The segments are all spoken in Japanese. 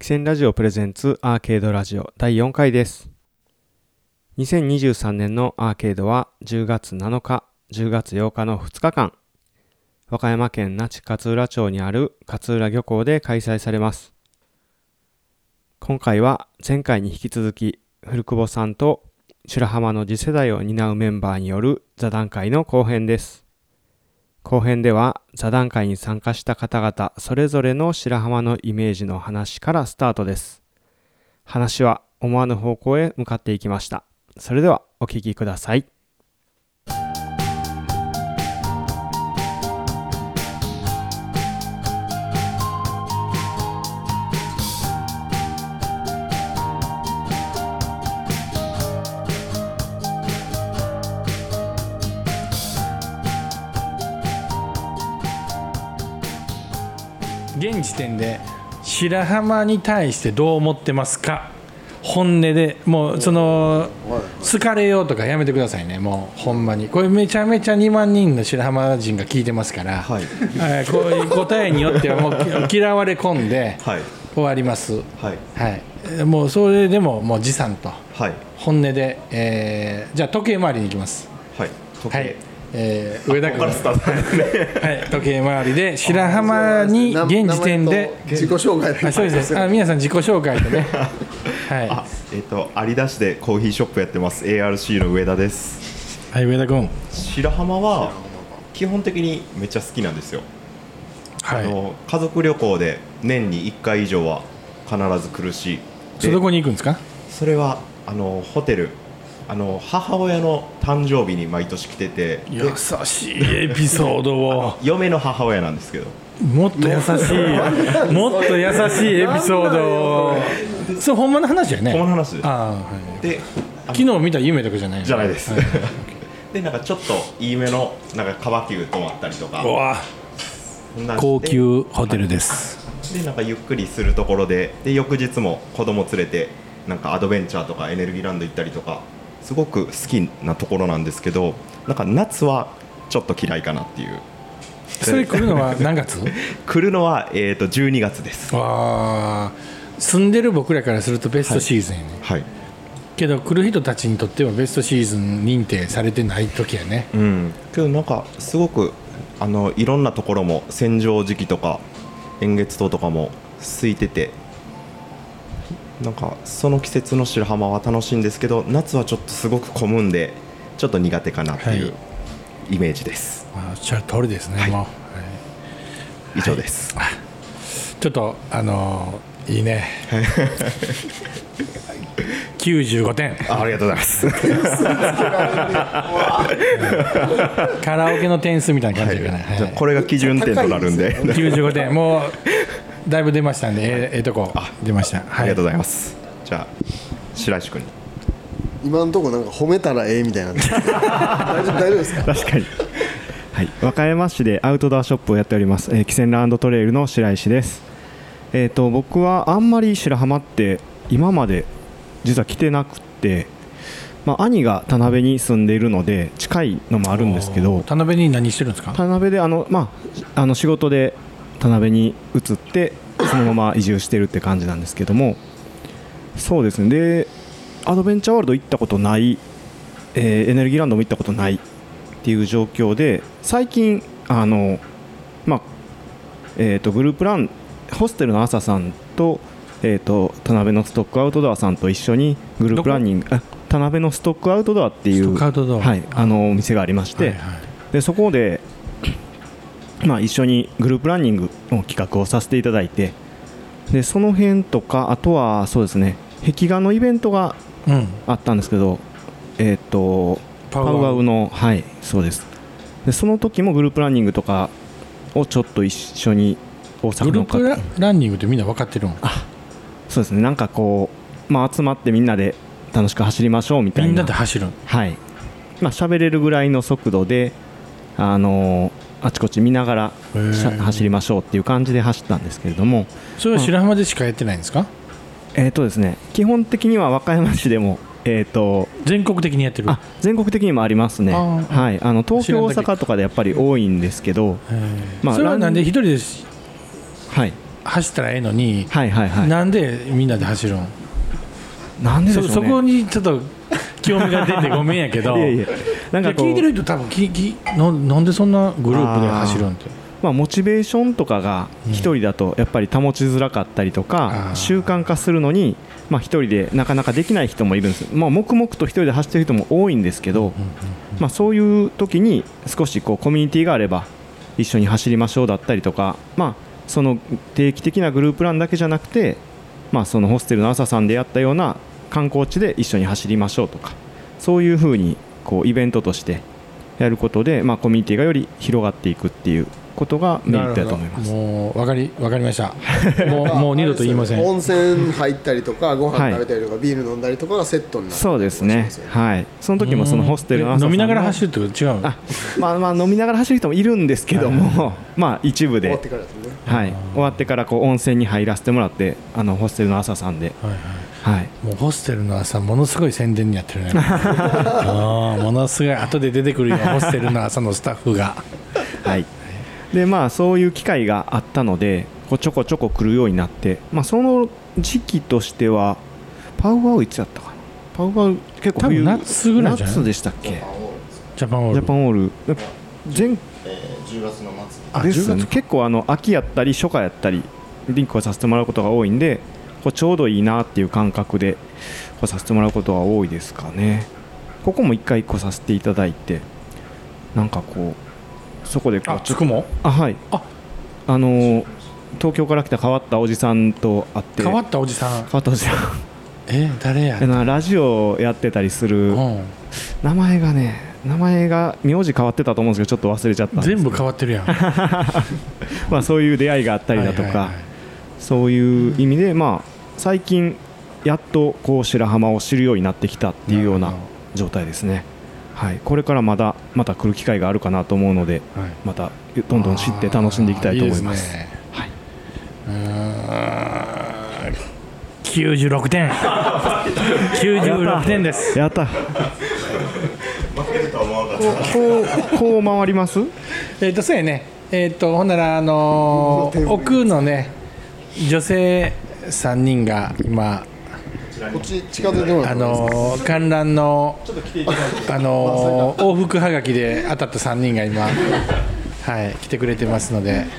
戦ラジオプレゼンツアーケードラジオ第4回です。2023年のアーケードは10月7日、10月8日の2日間、和歌山県那智勝浦町にある勝浦漁港で開催されます。今回は前回に引き続き古久保さんと白浜の次世代を担うメンバーによる座談会の後編です。後編では座談会に参加した方々それぞれの白浜のイメージの話からスタートです。話は思わぬ方向へ向かっていきました。それではお聞きください。 現時点で白浜に対してどう思ってますか。本音でもうその好かれようとかやめてくださいね。もうほんまにこれめちゃめちゃ2万人の白浜人が聞いてますから、はい、こういう答えによってはもう嫌われ込んで終わります、はいはい、もうそれでももう持参と本音で、じゃあ時計回りに行きます。はい時計、はい上田君からスタートですねはい、時計回りで白浜に現時点で自己紹介でそうですね。皆さん自己紹介とねはい、有田市でコーヒーショップやってます ARC の上田です。 はい、上田君。 白浜は基本的にめっちゃ好きなんですよ、はい、家族旅行で年に1回以上は必ず来るし。 どこに行くんですか。 それはホテル母親の誕生日に毎年来てて、 優しいエピソードを嫁の母親なんですけど、 もっと優しいもっと優しいエピソードをそれほんまの話だよね。 ほんまの話です。 はい、で昨日見た夢とかじゃないの。 じゃないです、はい、でなんかちょっといいめのなんかカバキュー泊まったりとか、 うわ高級ホテルです。 でなんかゆっくりするところで翌日も子供連れてなんかアドベンチャーとかエネルギーランド行ったりとかすごく好きなところなんですけど、なんか夏はちょっと嫌いかなっていう。 それ来るのは何月来るのは、12月です。 わ住んでる僕らからするとベストシーズンやね、はいはい、けど来る人たちにとってはベストシーズン認定されてない時やね、 うん、けどなんかすごくいろんなところも千畳敷とか円月島とかも空いてて、なんかその季節の白浜は楽しいんですけど、夏はちょっとすごく混むんでちょっと苦手かなっていうイメージです。 おっしゃる通りですね、はい、もう、はい、 以上です、 はい、ちょっといいね95点ありがとうございますカラオケの点数みたいな感じかな、はい、 じゃこれが基準点となるんで 95点もうだいぶ出ましたんで、とこ出ました、はい、 ありがとうございます。じゃあ白石君に今のところなんか褒めたらええみたいなんですけど大丈夫ですか。 確かに、はい、和歌山市でアウトドアショップをやっております、汽船ランドトレイルの白石です。僕はあんまり白浜って今まで実は来てなくて、兄が田辺に住んでいるので近いのもあるんですけど。 田辺に何してるんですか。 田辺で仕事で田辺に移ってそのまま移住してるって感じなんですけども、そうですね。でアドベンチャーワールド行ったことない、エネルギーランドも行ったことないっていう状況で、最近グループランホステルの朝さんと、田辺のストックアウトドアさんと一緒にグループランニング田辺のストックアウトドアっていう、はい、お店がありまして、はいはい、でそこで一緒にグループランニングの企画をさせていただいて、でその辺とかあとはそうですね、壁画のイベントがあったんですけど、パウアウの、はい、そうです。でその時もグループランニングとかをちょっと一緒に大阪のグループランニングってみんな分かってるの。 そうですね。なんかこう、集まってみんなで楽しく走りましょうみたいな。 みんなで走る。 はい。喋れるぐらいの速度であちこち見ながら走りましょうっていう感じで走ったんですけれども。 それは白浜でしかやってないんですか。 ですね、基本的には和歌山市でも、 全国的にやってる。 全国的にもありますね。はい、東京大阪とかでやっぱり多いんですけど、 それはなんで一人です、 はい、 走ったらええのに、 はいはいはい。 なんでみんなで走るん？ なんででしょうね。 そこにちょっと興味が出てごめんやけどいやいやなんかこう聞いてる人多分なんでそんなグループで走るんって。 まあ、モチベーションとかが一人だとやっぱり保ちづらかったりとか、習慣化するのにまあ一人でなかなかできない人もいるんです。まあ、黙々と一人で走ってる人も多いんですけど、まあ、そういう時に少しこうコミュニティがあれば一緒に走りましょうだったりとか、まあ、その定期的なグループランだけじゃなくて、まあ、そのホステルの朝さんでやったような観光地で一緒に走りましょうとか、そういうふうにこうイベントとしてやることで、まあ、コミュニティがより広がっていくっていうことがメリットだと思います。 もう分かりましたもう二度と言いません。 温泉入ったりとかご飯食べたりとか、ビール飲んだりとかがセットになる。 そうですね、はい、その時もそのホステルの朝さんの飲みながら走るってこと違うの？ まあ飲みながら走る人もいるんですけども、まあ一部で終わってからですね。 はい、終わってからこう温泉に入らせてもらって、ホステルの朝さんで、はい、 もうホステルの朝ものすごい宣伝にやってるねものすごい後で出てくるよホステルの朝のスタッフがはい。でまあ、そういう機会があったのでこうちょこちょこ来るようになって、まあ、その時期としてはパウワウいつやったかな。パウワウ結構冬、 多分夏ぐらいじゃない？ 夏でしたっけ？ ジャパンオール 10月の末ですね。結構秋やったり初夏やったりリンクをさせてもらうことが多いんで、こうちょうどいいなっていう感覚で来させてもらうことが多いですかね。ここも一回来させていただいて、なんかこうそこでこうつくもはい、東京から来た変わったおじさんと会って。 変わったおじさん誰や？ ラジオやってたりする、名前が名字変わってたと思うんですけどちょっと忘れちゃったんですけど。 全部変わってるやんまあそういう出会いがあったりだとか、そういう意味で、まあ、最近やっとこう白浜を知るようになってきたっていうような状態ですね。はい、これからまた来る機会があるかなと思うので、またどんどん知って楽しんでいきたいと思います。 96点96点です。 やったこう回ります？ そうやね。ほんなら奥のね女性3人が今こっち近づいてもらって観覧の往復はがきで当たった3人が今来てくれてますので、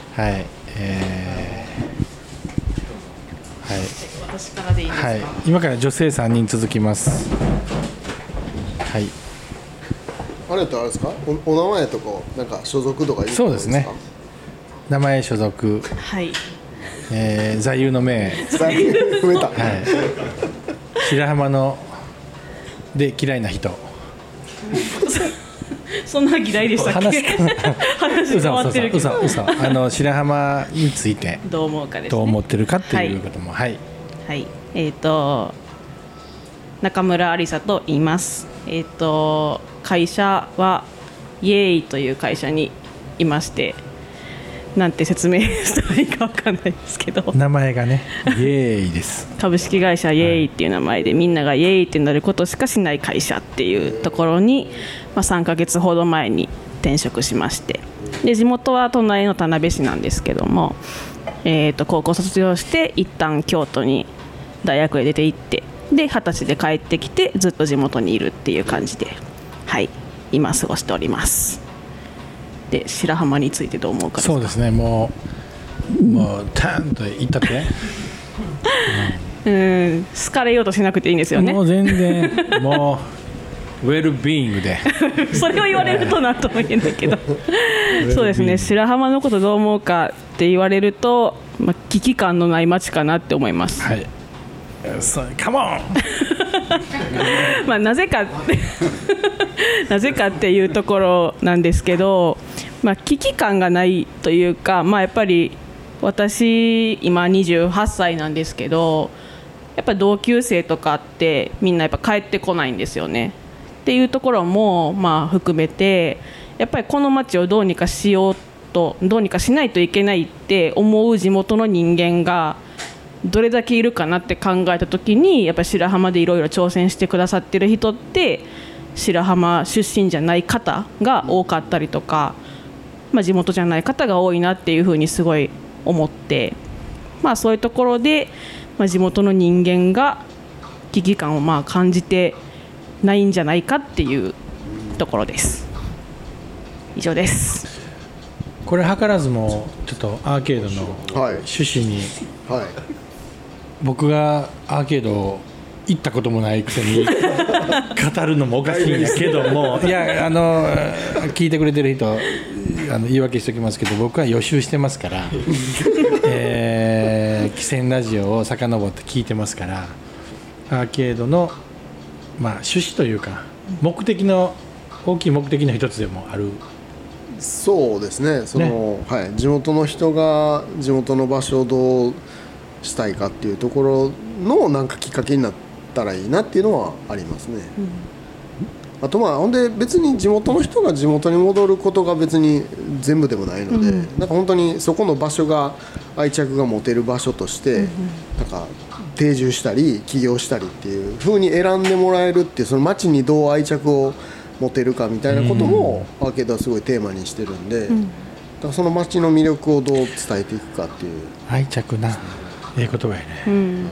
私からでいいですか？ 今から女性3人続きます。 あれやったらあれですか？お名前とかなんか所属とかいいですか？ そうですね。名前所属、座右の銘、 増えた。 白浜ので嫌いな人。 そんな嫌いでしたっけ？話変わってるけど。 白浜についてどう思うかですね。 どう思ってるかっていうことも中村ありさと言います。会社はイエーイという会社にいまして、なんて説明したらいいか分かんないですけど、 名前がねイエーイです。 株式会社イエーイっていう名前で、みんながイエーイってなることしかしない会社っていうところに、3ヶ月ほど前に転職しまして、で地元は隣の田辺市なんですけども、高校卒業して一旦京都に大学へ出て行って、で20歳で帰ってきてずっと地元にいるっていう感じで、今過ごしております。で白浜についてどう思うかですか？ そうですね、もうターンと言ったって好かれようとしなくていいんですよね。 もう全然もうウェルビーイングでそれを言われるとなんとも言えないけどそうですね、白浜のことどう思うかって言われると、危機感のない街かなって思います。 カモンなぜかっていうところなんですけど、危機感がないというか、やっぱり私今28歳なんですけど、やっぱり同級生とかってみんなやっぱ帰ってこないんですよねっていうところも含めて、やっぱりこの街をどうにかしないといけないって思う地元の人間がどれだけいるかなって考えた時に、やっぱり白浜でいろいろ挑戦してくださってる人って白浜出身じゃない方が多かったりとか、地元じゃない方が多いなっていうふうにすごい思って、 そういうところで、地元の人間が危機感を感じてないんじゃないかっていうところです。以上です。 これ図らずもちょっとアーケードの趣旨に、僕がアーケード行ったこともないくせに語るのもおかしいんやけども、いや聞いてくれてる人言い訳しておきますけど、僕は予習してますから汽船ラジオを遡って聞いてますから、アーケードの趣旨というか大きい目的の一つでもある。 そうですね、地元の人が地元の場所をどうしたいかっていうところのなんかきっかけになったらいいなっていうのはありますね。あとほんで別に地元の人が地元に戻ることが別に全部でもないので、なんか本当にそこの場所が愛着が持てる場所として、なんか定住したり起業したりっていう風に選んでもらえるっていう、その町にどう愛着を持てるかみたいなこともアーケードはすごいテーマにしてるんで、だからその町の魅力をどう伝えていくかっていう。 愛着な、言葉やね。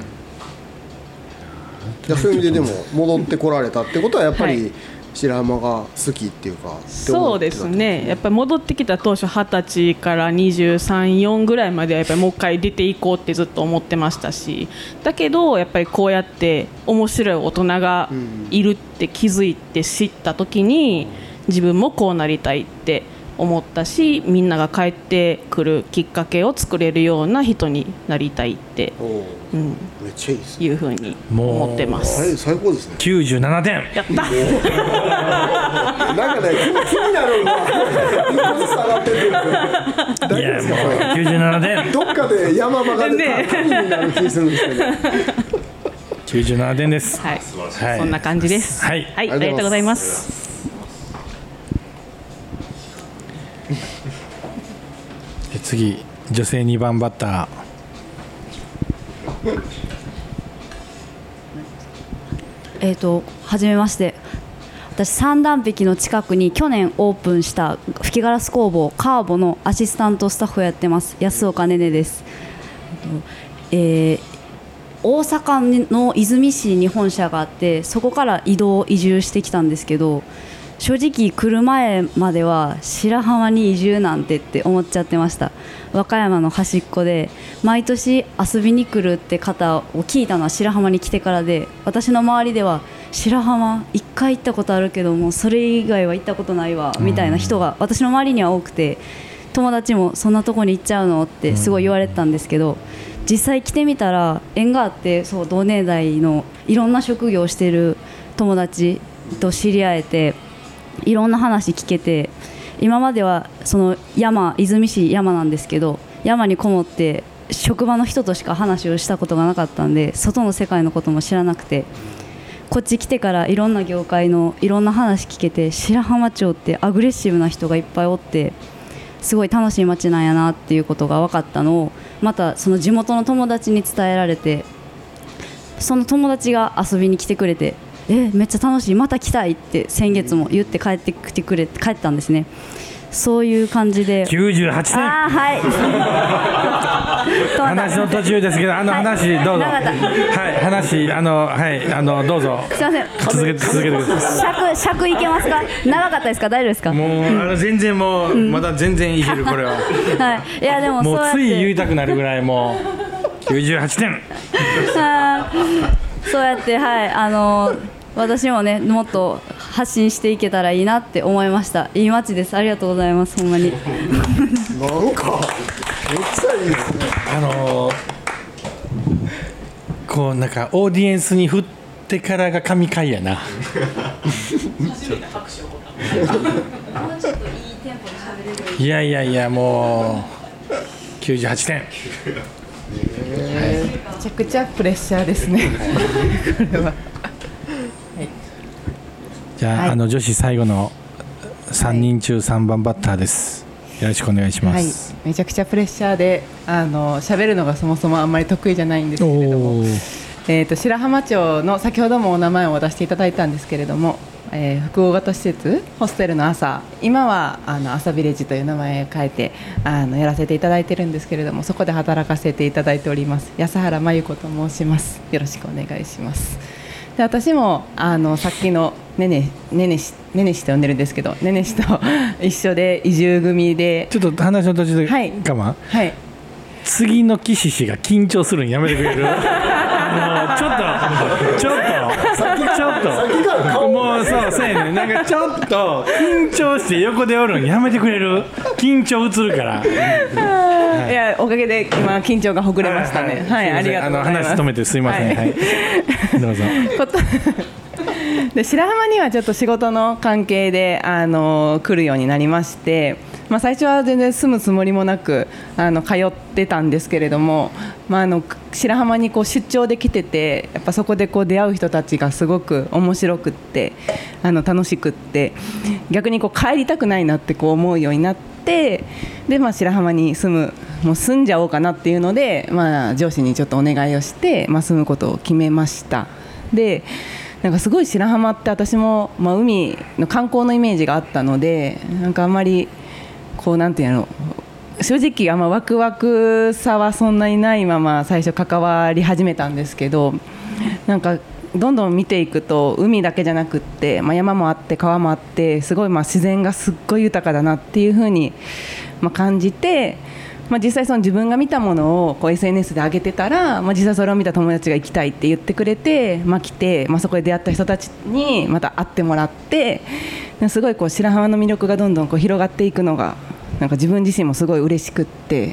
そういう意味ででも戻ってこられたってことはやっぱり白浜が好きっていうか。 そうですね、やっぱり戻ってきた当初20歳から23、4ぐらいまではやっぱりもう一回出ていこうってずっと思ってましたし、だけどやっぱりこうやって面白い大人がいるって気づいて知った時に、自分もこうなりたいって思ったし、みんなが帰ってくるきっかけを作れるような人になりたいって、 めっちゃいいですね、 いうふうに思ってます。 最高ですね。 97点やったなんかね、気になるのは一個ずつ上がってるんで、大丈夫ですかこれ。 97点。 どっかで山場がね神になる気するんですけど。 97点です。 はい、そんな感じです。 はい、 ありがとうございます。 次、女性2番バッター。はじめまして。私、三段壁の近くに去年オープンした吹きガラス工房カーボのアシスタントスタッフをやってます安岡ねねです。大阪の和泉市に本社があって、そこから移住してきたんですけど、正直来る前までは白浜に移住なんてって思っちゃってました。和歌山の端っこで毎年遊びに来るって方を聞いたのは白浜に来てからで、私の周りでは白浜1回行ったことあるけどもそれ以外は行ったことないわみたいな人が私の周りには多くて、友達もそんなとこに行っちゃうのってすごい言われてたんですけど、実際来てみたら縁があって、そう同年代のいろんな職業をしている友達と知り合えて、いろんな話聞けて、今まではその和泉市山なんですけど、山にこもって職場の人としか話をしたことがなかったんで、外の世界のことも知らなくて、こっち来てからいろんな業界のいろんな話聞けて、白浜町ってアグレッシブな人がいっぱいおって、すごい楽しい町なんやなっていうことが分かったのを、またその地元の友達に伝えられて、その友達が遊びに来てくれて、めっちゃ楽しい、また来たいって先月も言って帰ったんですね。そういう感じで 98点。話の途中ですけど、話どうぞ。どうぞ。 すいません、 続けてください。 尺いけますか？長かったですか？大丈夫ですか？ もう全然もう、まだ全然いけるこれは。 いやでももうつい言いたくなるぐらいもう98点。 そうやって私もねもっと発信していけたらいいなって思いました。いい街です。ありがとうございます。ほんまに。 なんかめっちゃいいですね。 こうなんかオーディエンスに振ってからが神回やな。いやもう98点。 めちゃくちゃプレッシャーですね。これは。 じゃあ、女子最後の3人中3番バッターです。よろしくお願いします。 めちゃくちゃプレッシャーで喋るのがそもそもあんまり得意じゃないんですけれども、白浜町の先ほどもお名前を出していただいたんですけれども、 複合型施設ホステルの朝、今は朝ビレッジという名前を変えてやらせていただいてるんですけれども、そこで働かせていただいております安原真由子と申します。よろしくお願いします。で私もさっきのねねしと呼んでるんですけど、ねねしと一緒で移住組で、 ちょっと話の途中で我慢、 はい、 次の岸氏が緊張するんやめてくれるちょっともうそうやね、なんかちょっと緊張して横でおるんやめてくれる、緊張映るから、 いやおかげで今緊張がほぐれましたね。はい、ありがとうございます。 話止めてすいません、はい、どうぞ。 で白浜にはちょっと仕事の関係で来るようになりまして、最初は全然住むつもりもなく通ってたんですけれども、白浜にこう出張で来てて、やっぱそこでこう出会う人たちがすごく面白くって楽しくって、逆にこう帰りたくないなってこう思うようになって、で、白浜にもう住んじゃおうかなっていうので、上司にちょっとお願いをして、住むことを決めました。でなんかすごい白浜って私も、海の観光のイメージがあったので、なんかあんまりこうなんていうの、正直あんまワクワクさはそんなにないまま最初関わり始めたんですけど、なんかどんどん見ていくと海だけじゃなくって、山もあって川もあって、すごい自然がすっごい豊かだなっていう風に感じて、実際その自分が見たものをこう SNS で上げてたら、実際それを見た友達が行きたいって言ってくれて、来て、そこで出会った人たちにまた会ってもらって、すごいこう白浜の魅力がどんどんこう広がっていくのがなんか自分自身もすごい嬉しくって、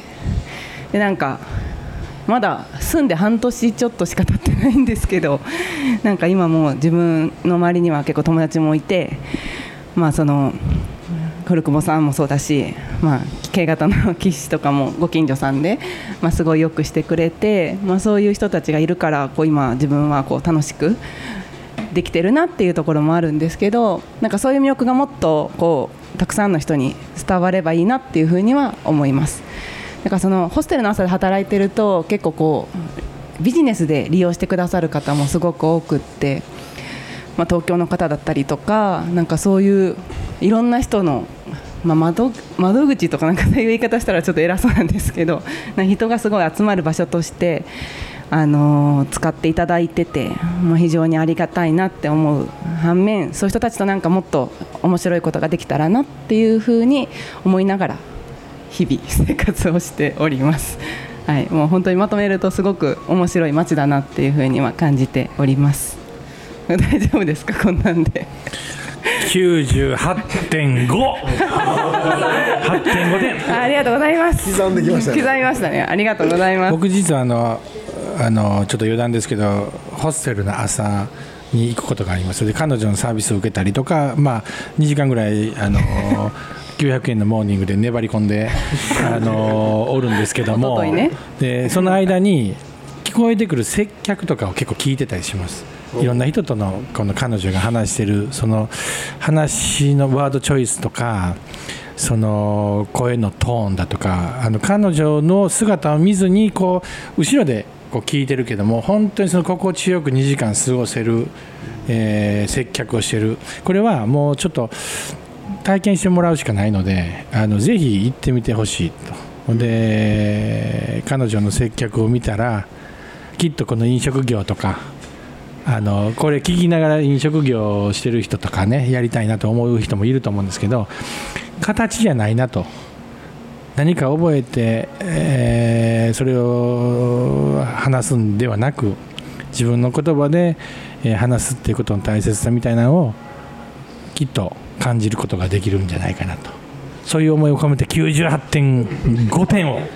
でなんかまだ住んで半年ちょっとしか経ってないんですけど、なんか今もう自分の周りには結構友達もいて、その古久保さんもそうだし、K 型の岸とかもご近所さんで、すごいよくしてくれて、そういう人たちがいるからこう今自分はこう楽しくできてるなっていうところもあるんですけど、なんかそういう魅力がもっとこうたくさんの人に伝わればいいなっていうふうには思います。だからそのホステルの朝で働いてると結構こうビジネスで利用してくださる方もすごく多くって、東京の方だったりとか、なんかそういういろんな人の窓口とかなんかそういう言い方したらちょっと偉そうなんですけど、人がすごい集まる場所として使っていただいてて、非常にありがたいなって思う反面、そういう人たちとなんかもっと面白いことができたらなっていうふうに思いながら日々生活をしております。はい、もう本当にまとめるとすごく面白い街だなっていうふうには感じております。大丈夫ですか、こんなんで。 98.5 8.5 点。 ありがとうございます。 刻んできましたね。 刻みましたね。ありがとうございます。 僕実はちょっと余談ですけど、ホステルの朝に行くことがあります。で彼女のサービスを受けたりとか、2時間ぐらい900円のモーニングで粘り込んでおるんですけども、でその間に聞こえてくる接客とかを結構聞いてたりします。いろんな人とのこの彼女が話してるその話のワードチョイスとか、その声のトーンだとか、彼女の姿を見ずにこう後ろでこう聞いてるけども、本当にその心地よく2時間過ごせる、接客をしてる。これはもうちょっと体験してもらうしかないので、ぜひ行ってみてほしいと。で彼女の接客を見たら、きっとこの飲食業とかこれ聞きながら飲食業をしてる人とかね、やりたいなと思う人もいると思うんですけど、形じゃないなと。何か覚えて、それを話すんではなく、自分の言葉で、話すっていうことの大切さみたいなのをきっと感じることができるんじゃないかなと、そういう思いを込めて 98.5 点を、はい、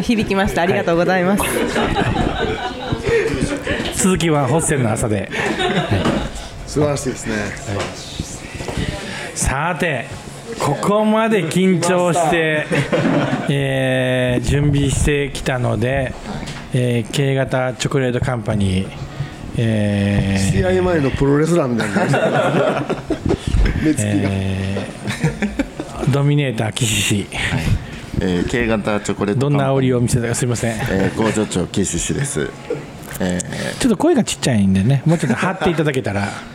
響きました。ありがとうございます。 続きはホステルの朝で、 素晴らしいですね。 さてここまで緊張して、準備してきたので、K 型チョコレートカンパニー、 試合前のプロレスラーみたいな目つきが、 ドミネーター岸氏、 K 型チョコレートどんな煽りを見せたかすみません、 工場長岸氏です。 ちょっと声がちっちゃいんでね、もうちょっと張っていただけたら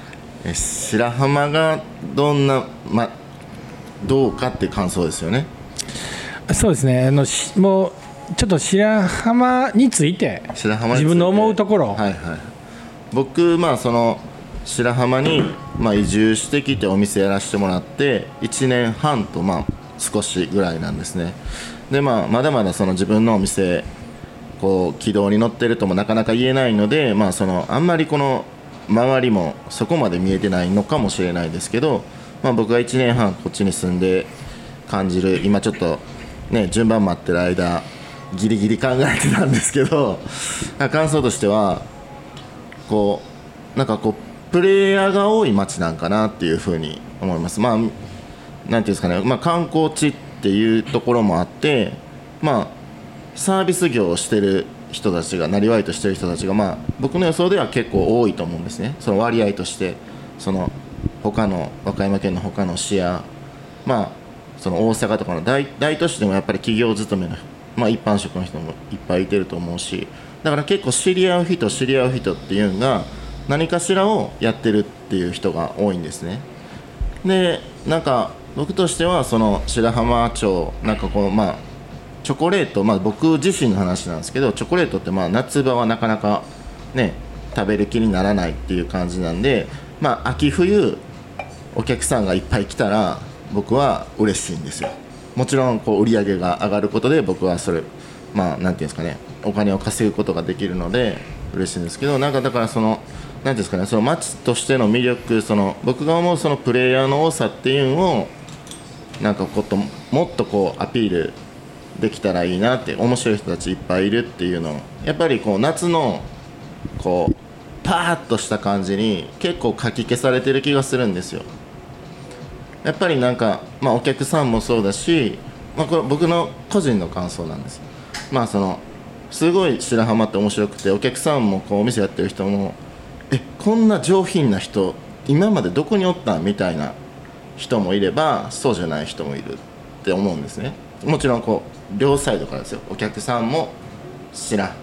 白浜がどんな、どうかっていう感想ですよね。 そうですね、もうちょっと白浜について自分の思うところ、 はいはい、僕、その白浜に、移住してきてお店やらせてもらって1年半と少しぐらいなんですね。で、まだまだその自分のお店こう軌道に乗ってるともなかなか言えないので、あんまりこの周りもそこまで見えてないのかもしれないですけど、僕が1年半こっちに住んで感じる、今ちょっとね順番待ってる間ギリギリ考えてたんですけど、感想としてはこうプレイヤーが多い街なんかなっていうふうに思います。なんていうんですかね、観光地っていうところもあって、サービス業をしてる人たちがなりわいとしてる人たちが、僕の予想では結構多いと思うんですね。その割合として、その他の和歌山県の他の市や、その大阪とかの 大都市でもやっぱり企業勤めの、一般職の人もいっぱいいてると思うし、だから結構知り合う人っていうのが何かしらをやってるっていう人が多いんですね。で、僕としてはその白浜町チョコレート、僕自身の話なんですけど、チョコレートって夏場はなかなかね食べる気にならないっていう感じなんで、秋冬お客さんがいっぱい来たら僕は嬉しいんですよ。もちろん売り上げが上がることで僕はそれなんていうんですかね、お金を稼ぐことができるので嬉しいんですけど、だからそのなんていうんですかね、その街としての魅力、その僕が思うそのプレイヤーの多さっていうのをもっとアピールできたらいいなって、面白い人たちいっぱいいるっていうのをやっぱり夏のパーッとした感じに結構かき消されてる気がするんですよ。やっぱりお客さんもそうだし、これ僕の個人の感想なんです。すごい白浜って面白くて、お客さんもお店やってる人もこんな上品な人今までどこにおったんみたいな人もいれば、そうじゃない人もいるって思うんですね。もちろん両サイドからですよ。お客さんも知らん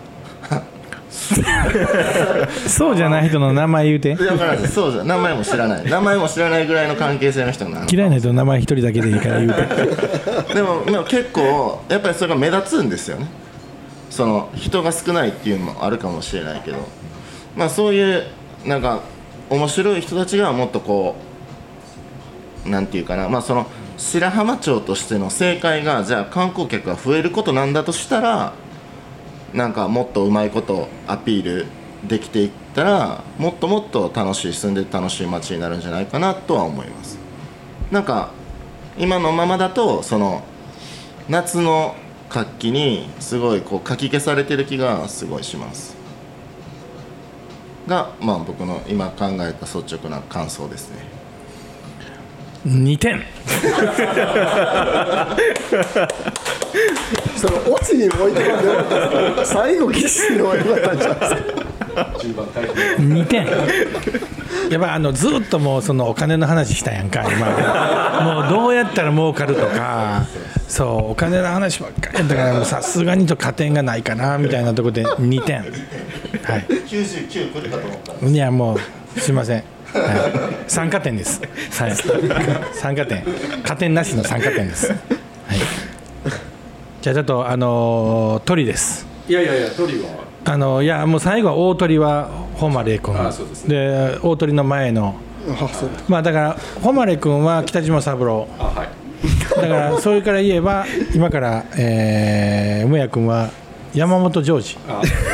そうじゃない人の名前言うて。 だからそうじゃ、名前も知らないぐらいの関係性の人なの。 嫌いな人の名前一人だけでいいから言うてでも結構やっぱりそれが目立つんですよね。その人が少ないっていうのもあるかもしれないけど、そういう面白い人たちがもっとなんていうかな、その白浜町としての正解が、じゃあ観光客が増えることなんだとしたら、もっとうまいことアピールできていったら、もっともっと住んで楽しい街になるんじゃないかなとは思います。今のままだとその夏の活気にすごいかき消されてる気がすごいしますが、僕の今考えた率直な感想ですね。 2点そのオチにも置いてもらって最後岸に終わりだったんじゃないですか。 2点やっぱずっともうそのお金の話したやんか今もうどうやったら儲かるとか、そうお金の話ばっかりやったから、さすがに加点がないかなみたいなところで2点、はい、 99来るかと思った。 いやもうすいません、参加点です、はい、参加点、加点なしの参加点です、はい、じゃあちょっと鳥です。 いや鳥はいやもう最後は大鳥は誉君で、大鳥の前のだから誉君は北島三郎、だからそれから言えば今からむや君は山本ジョージ、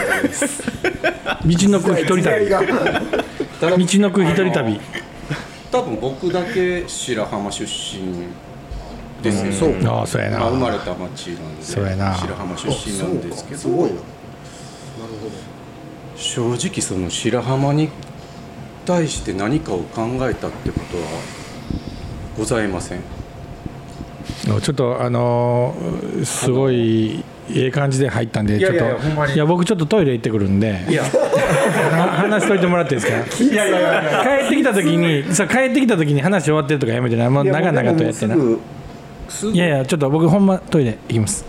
道のく一人旅、道のく一人旅、 多分僕だけ白浜出身ですよ、 そうやな、 生まれた町なんでそうやな、 白浜出身なんですけど、正直その白浜に対して何かを考えたってことはございません。 ちょっとすごいええ感じで入ったんで、ちょっといや僕ちょっとトイレ行ってくるんで、話しといてもらっていいですか。帰ってきた時に話終わってるとかやめてな、もう長々とやってな。いやちょっと僕ほんまトイレ行きます。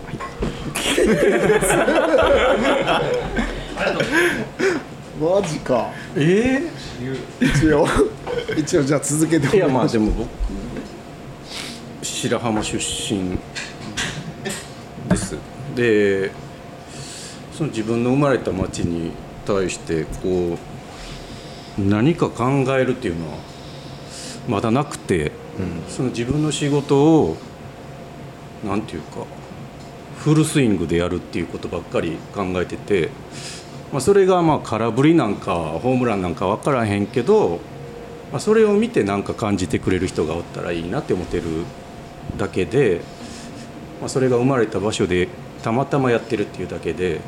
マジか。一応一応じゃあ続けてもらいやまあでも僕白浜出身です。でその自分の生まれた町に対してこう何か考えるっていうのはまだなくて、その自分の仕事をなんていうかフルスイングでやるっていうことばっかり考えてて、それがまあ空振りなんかホームランなんか分からへんけど、それを見てなんか感じてくれる人がおったらいいなって思ってるだけで、それが生まれた場所でたまたまやってるっていうだけで、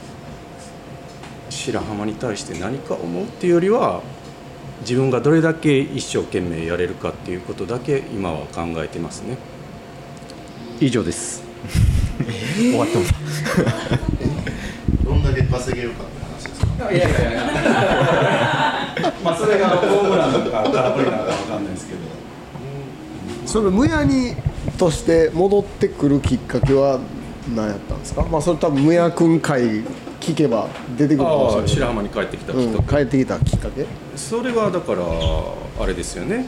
白浜に対して何か思うっていうよりは自分がどれだけ一生懸命やれるかっていうことだけ今は考えてますね。以上です。 終わってます。 どんだけ稼げるかって話ですか。 いやそれがホームランなのか空振りなのか分かんないですけど、 そのむやにとして戻ってくるきっかけは何やったんですか。それ多分むやくん会聞けば出てくるかもしれない。 白浜に帰ってきたきっかけ、 帰ってきたきっかけ、 それはだからあれですよね、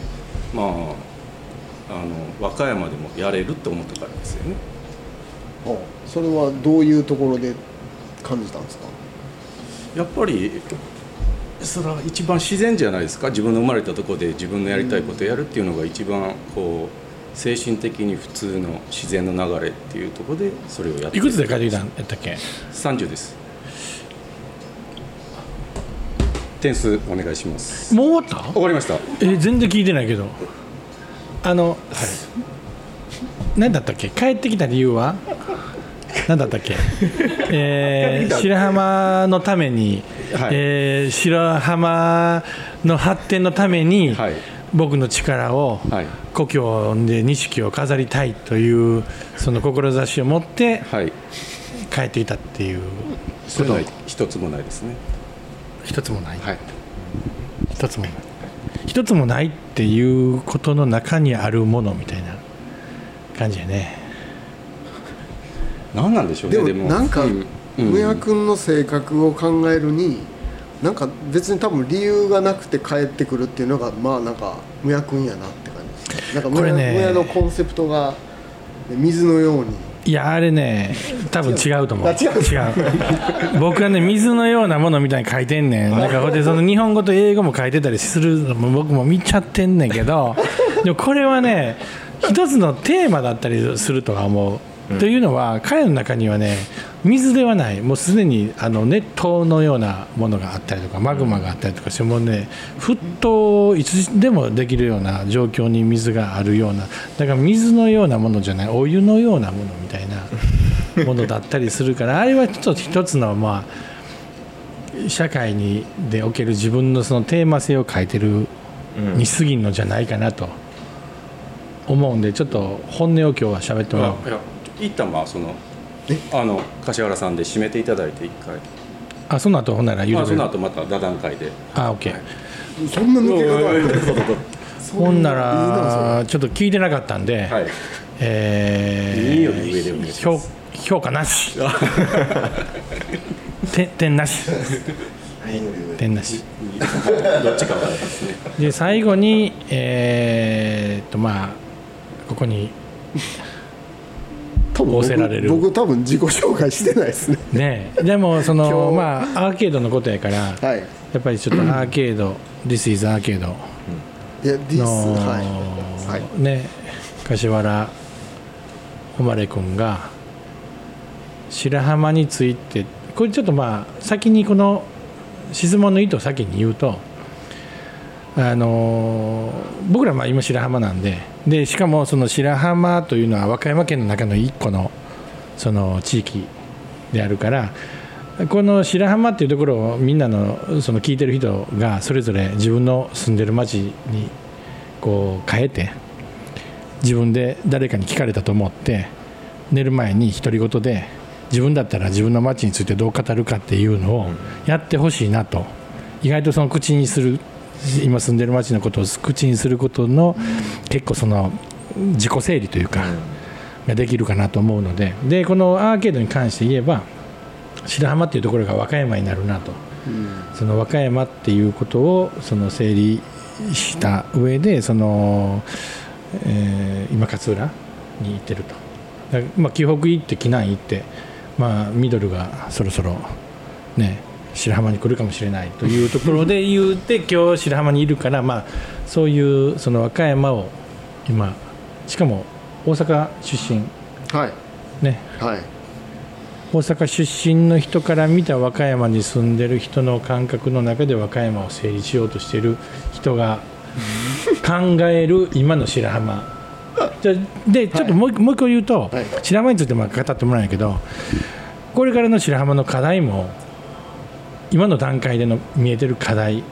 和歌山でもやれるって思ったからですよね。 それはどういうところで感じたんですか。 やっぱりそれは一番自然じゃないですか。自分の生まれたところで自分のやりたいことをやるっていうのが一番こう精神的に普通の自然の流れっていうところでそれをやって。 いくつで帰ってきたんやったっけ。 30です。点数お願いします。 もう終わった。 終わりました。 全然聞いてないけど、何だったっけ。帰ってきた理由は何だったっけ。白浜のために、白浜の発展のために、僕の力を、故郷で錦を飾りたいというその志を持って、帰っていたっていうそれは一つもないですね。 一つもない、一つもないっていうことの中にあるものみたいな感じやね。 何なんでしょうね。 でもなんかむやくんの性格を考えるになんか別に多分理由がなくて帰ってくるっていうのがなんかむやくんやなって感じです。なんかむやのコンセプトが水のように。 いやあれね多分違うと思う。違う僕はね水のようなものみたいに書いてんねん。だからその日本語と英語も書いてたりするのも僕も見ちゃってんねんけどでもこれはね一つのテーマだったりするとは思う。というのは彼の中にはね水ではないもうすでに熱湯のようなものがあったりとかマグマがあったりとかしてもうね沸騰いつでもできるような状況に水があるようなだから水のようなものじゃないお湯のようなものみたいなものだったりするからあれはちょっと一つの社会でおける自分のそのテーマ性を書いてるに過ぎんのじゃないかなと思うんでちょっと本音を今日は喋ってもらおう。 一旦柏原さんで締めていただいて一回。 その後ほんならその後また座談会で。 OK。 そんな抜け方ある。 ほんならちょっと聞いてなかったんで、 いいより上でお願いします。 評価なし。点なし。点なし。 どっちかわからないですね。 で最後にここに。 僕多分自己紹介してないですね。 でもアーケードのことやから、やっぱりちょっとアーケードThis is アーケードのね柏原誉君が白浜についてこれちょっと先にこの質問の意図を先に言うと僕ら今白浜なんでしかもその白浜というのは和歌山県の中の一個のその地域であるからこの白浜っていうところをみんなのその聞いてる人がそれぞれ自分の住んでる町にこう変えて自分で誰かに聞かれたと思って寝る前に独り言で自分だったら自分の町についてどう語るかっていうのをやってほしいなと意外とその口にする今住んでる町のことを口にすることの結構その自己整理というかができるかなと思うのでこのアーケードに関して言えば白浜っていうところが和歌山になるなとその和歌山っていうことをその整理した上でその、今勝浦に行ってると。まあ、紀北行って紀南行って、まあ、ミドルがそろそろね白浜に来るかもしれないというところで言うて今日白浜にいるから、まあ、そういうその和歌山を今しかも大阪出身、ね、大阪出身の人から見た和歌山に住んでる人の感覚の中で和歌山を整理しようとしている人が考える今の白浜でちょっともう一個言うと、白浜について語ってもらうんやけど、これからの白浜の課題も今の段階での見えてる課題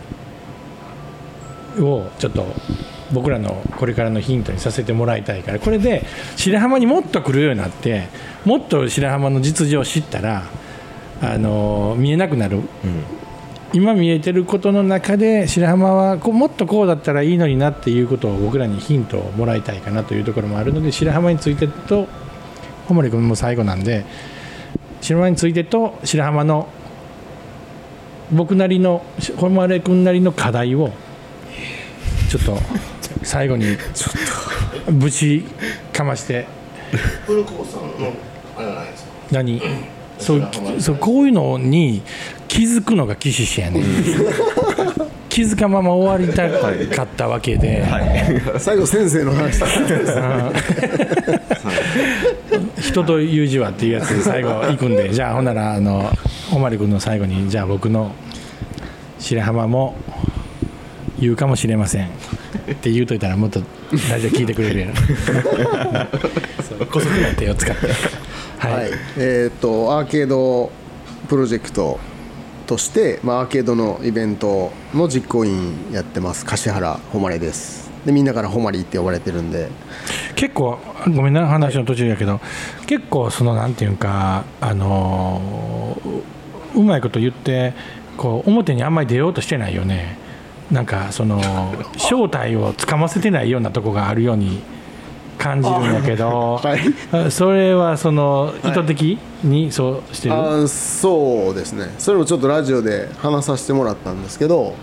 をちょっと僕らのこれからのヒントにさせてもらいたいから、これで白浜にもっと来るようになってもっと白浜の実情を知ったら見えなくなる、今見えてることの中で白浜はもっとこうだったらいいのになっていうことを僕らにヒントをもらいたいかなというところもあるので、白浜についてと小森君も最後なんで白浜についてと白浜の僕なりの小森君なりの課題をちょっと最後にぶちかまして古久保さんのあれじゃないですか。 何そうこういうのに気づくのが岸氏やね気づかまま終わりたかったわけで、 最後先生の話人という字はっていうやつで最後行くんで、じゃあほんなら小丸君の最後にじゃあ僕の白浜も言うかもしれませんって言うといたらもっとラジオ聞いてくれるやろ姑息な手を使ってアーケードプロジェクトとして、アーケードのイベントの実行委員やってます柏原誉です。でみんなから誉って呼ばれてるんで、 結構ごめんな話の途中やけど結構そのなんていうかうまいこと言ってこう表にあんまり出ようとしてないよね。なんかその正体をつかませてないようなとこがあるように感じるんだけど、それはその意図的にそうしてる？ そうですね。それもちょっとラジオで話させてもらったんですけど、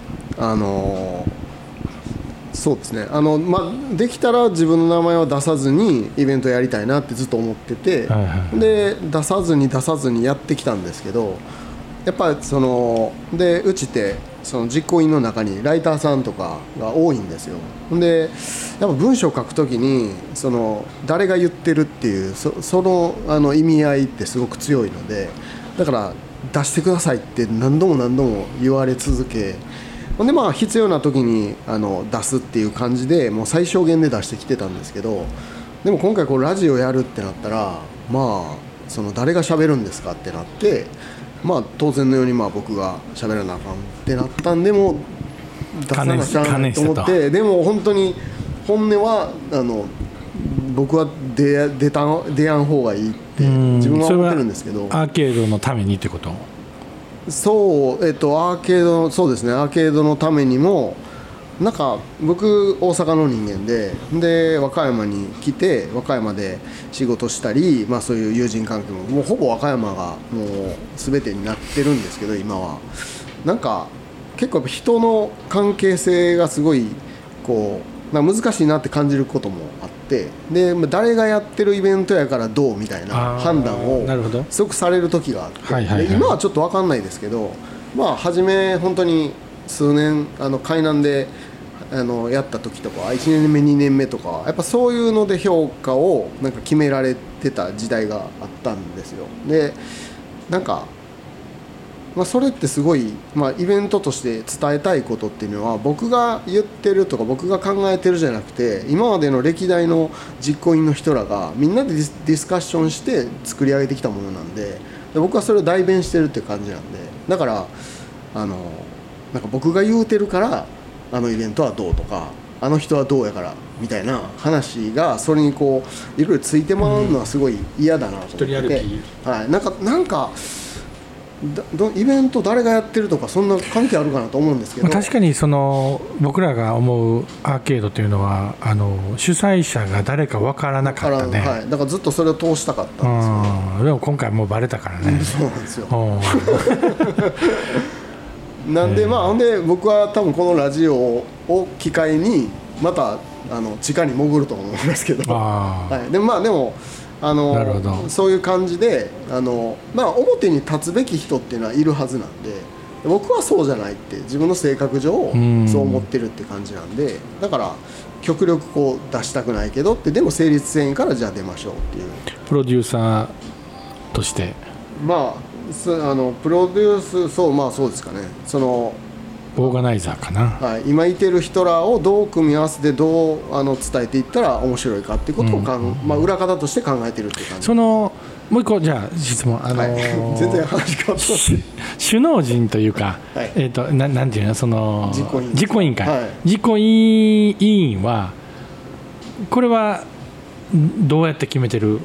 そうですね。できたら自分の名前を出さずにイベントやりたいなってずっと思ってて、で出さずにやってきたんですけど、やっぱりでうちってその実行委員の中にライターさんとかが多いんですよ。でやっぱ文章を書くときに誰が言ってるっていうその意味合いってすごく強いので、だから出してくださいって何度も言われ続け、ほんで必要な時に出すっていう感じでもう最小限で出してきてたんですけど、でも今回ラジオやるってなったら誰が喋るんですかってなって、当然のように僕が喋らなあかんってなったんで、も出さなきゃなと思って、でも本当に本音は僕は出やん方がいいって自分は思ってるんですけど、 アーケードのためにってこと？ そう、アーケード、そうですね、アーケードのためにもなんか僕大阪の人間で和歌山に来て和歌山で仕事したり、そういう友人関係もうほぼ和歌山がもう全てになってるんですけど、今はなんか結構人の関係性がすごい難しいなって感じることもあって、で誰がやってるイベントやからどうみたいな判断をすごくされる時があって、今はちょっと分かんないですけど、初め本当に数年海南でやった時とか1年目2年目とかやっぱそういうので評価をなんか決められてた時代があったんですよ。でなんかそれってすごい、イベントとして伝えたいことっていうのは僕が言ってるとか僕が考えてるじゃなくて、今までの歴代の実行委員の人らがみんなでディスカッションして作り上げてきたものなんで、僕はそれを代弁してるっていう感じなんで、だからなんか僕が言うてるからイベントはどうとか人はどうやからみたいな話がそれにいろいろついて回るのはすごい嫌だなと思ってて、なんかイベント誰がやってるとかそんな関係あるかなと思うんですけど、 確かにその僕らが思うアーケードというのは主催者が誰か分からなかったね。 はい、だからずっとそれを通したかったんですよ。 でも今回もうバレたからね。 そうなんですよ。なんでほんで僕は多分このラジオを機会にまた地下に潜ると思うんですけど、はい、でもそういう感じで表に立つべき人っていうのはいるはずなんで、僕はそうじゃないって自分の性格上そう思ってるって感じなんで、だから極力こう出したくないけどってでも成立せんからじゃあ出ましょうっていうプロデューサーとしてプロデュースそうですかね、 オーガナイザーかな、 はい、今いてる人らをどう組み合わせてどう伝えていったら面白いかっていうことを裏方として考えてるっていう感じ。 もう一個じゃあ質問、 全然話変わってます。 首脳陣というか、はい、なんていうの実行委員会、はい、実行委員はこれはどうやって決めてる？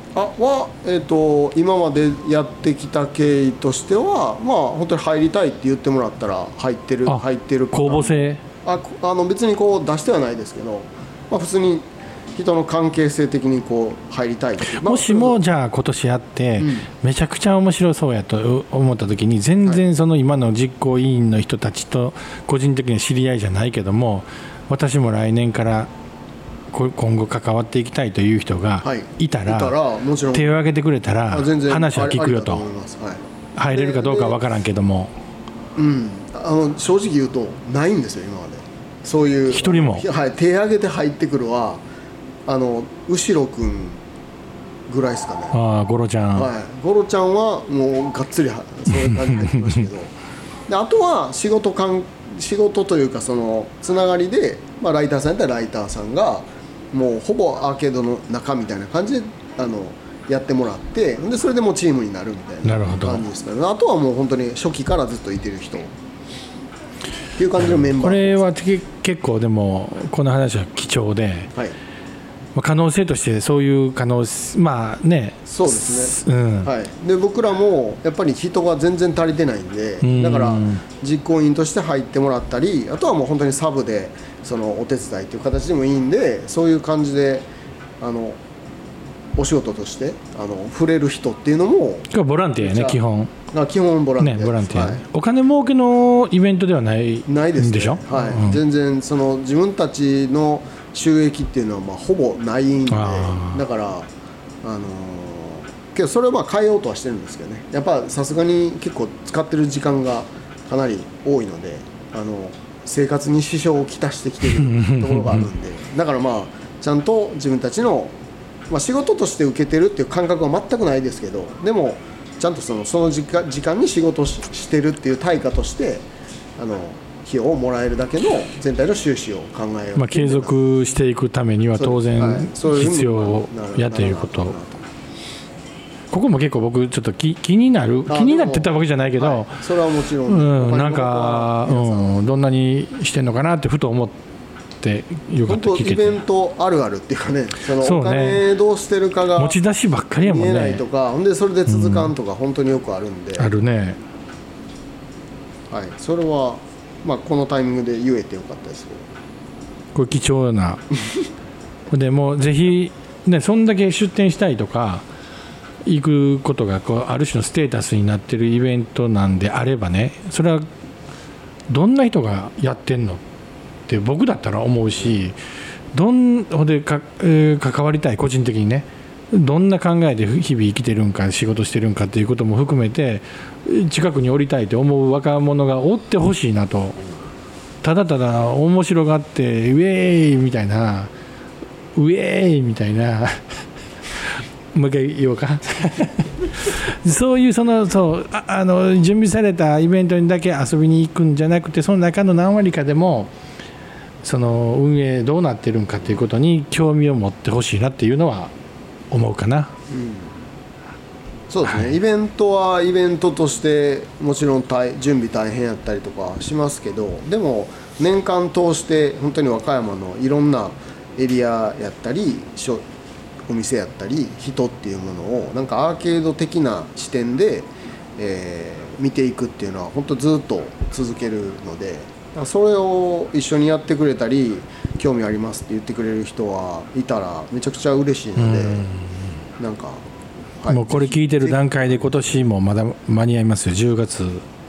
今までやってきた経緯としては本当に入りたいって言ってもらったら入ってる公募制別にこう出してはないですけど、普通に人の関係性的にこう入りたいって、 もしもじゃあ今年やって、めちゃくちゃ面白そうやと思った時に全然その今の実行委員の人たちと個人的に知り合いじゃないけども、私も来年から今後関わっていきたいという人がいたら、もちろん手を挙げてくれたら話は聞くよと。入れるかどうかは分からんけども、 正直言うとないんですよ今まで。そういう一人も、 はい、手を挙げて入ってくるは後ろくんぐらいですかね。 ゴロちゃん、 ゴロちゃんはもうがっつりそういう感じで来ましたけどであとは仕事というかそのつながりで、ライターさんやったらライターさんがもうほぼアーケードの中みたいな感じでやってもらって、でそれでもうチームになるみたいな感じですから、あとはもう本当に初期からずっといてる人っていう感じのメンバー。 これは結構でもこの話は貴重で、はい、可能性としてそういう可能性そうですね、はい、で僕らもやっぱり人が全然足りてないんで、だから実行委員として入ってもらったり、あとはもう本当にサブでそのお手伝いという形でもいいんで、そういう感じでお仕事として触れる人っていうのもボランティアね、基本ボランティア、 ボランティア、お金儲けのイベントではないですでしょ、 全然その自分たちの収益っていうのはほぼないんで、だからけどそれは変えようとはしてるんですけどね、やっぱさすがに結構使ってる時間がかなり多いので生活に支障をきたしてきてるところがあるんでだからちゃんと自分たちの、仕事として受けてるっていう感覚は全くないですけど、でもちゃんとその時間に仕事をしてるっていう対価として費用をもらえるだけの全体の収支を考えよう、 継続していくためには当然必要やということ。ここも結構僕ちょっと気になってたわけじゃないけど、 それはもちろん、 なんか、どんなにしてんのかなってふと思ってよかった聞けて。 イベントあるあるっていうかね、そのお金どうしてるかが持ち出しばっかりやもんね、 見えないとか、ほんでそれで続かんとか本当によくあるんで、 あるね、 はい、それはこのタイミングで言えてよかったです。 これ貴重なでもうぜひね、そんだけ出店したいとか行くことがある種のステータスになってるイベントなんであればね、それはどんな人がやってんのって僕だったら思うし、関わりたい、個人的にね、どんな考えで日々生きてるんか仕事してるんかっていうことも含めて近くにおりたいと思う若者がおってほしいなと。ただただ面白がってウェーイみたいなもう一回言おうかそういう準備されたイベントにだけ遊びに行くんじゃなくて、その中の何割かでもその運営どうなってるんかということに興味を持ってほしいなっていうのは思うかな、 そうですね、イベントはイベントとしてもちろん準備大変やったりとかしますけど、でも年間通して本当に和歌山のいろんなエリアやったりお店やったり人っていうものをなんかアーケード的な視点で、 見ていくっていうのは本当ずっと続けるので、それを一緒にやってくれたり興味ありますって言ってくれる人はいたらめちゃくちゃ嬉しいので、なんか、 はい、もうこれ聞いてる段階で今年もまだ間に合いますよ。10月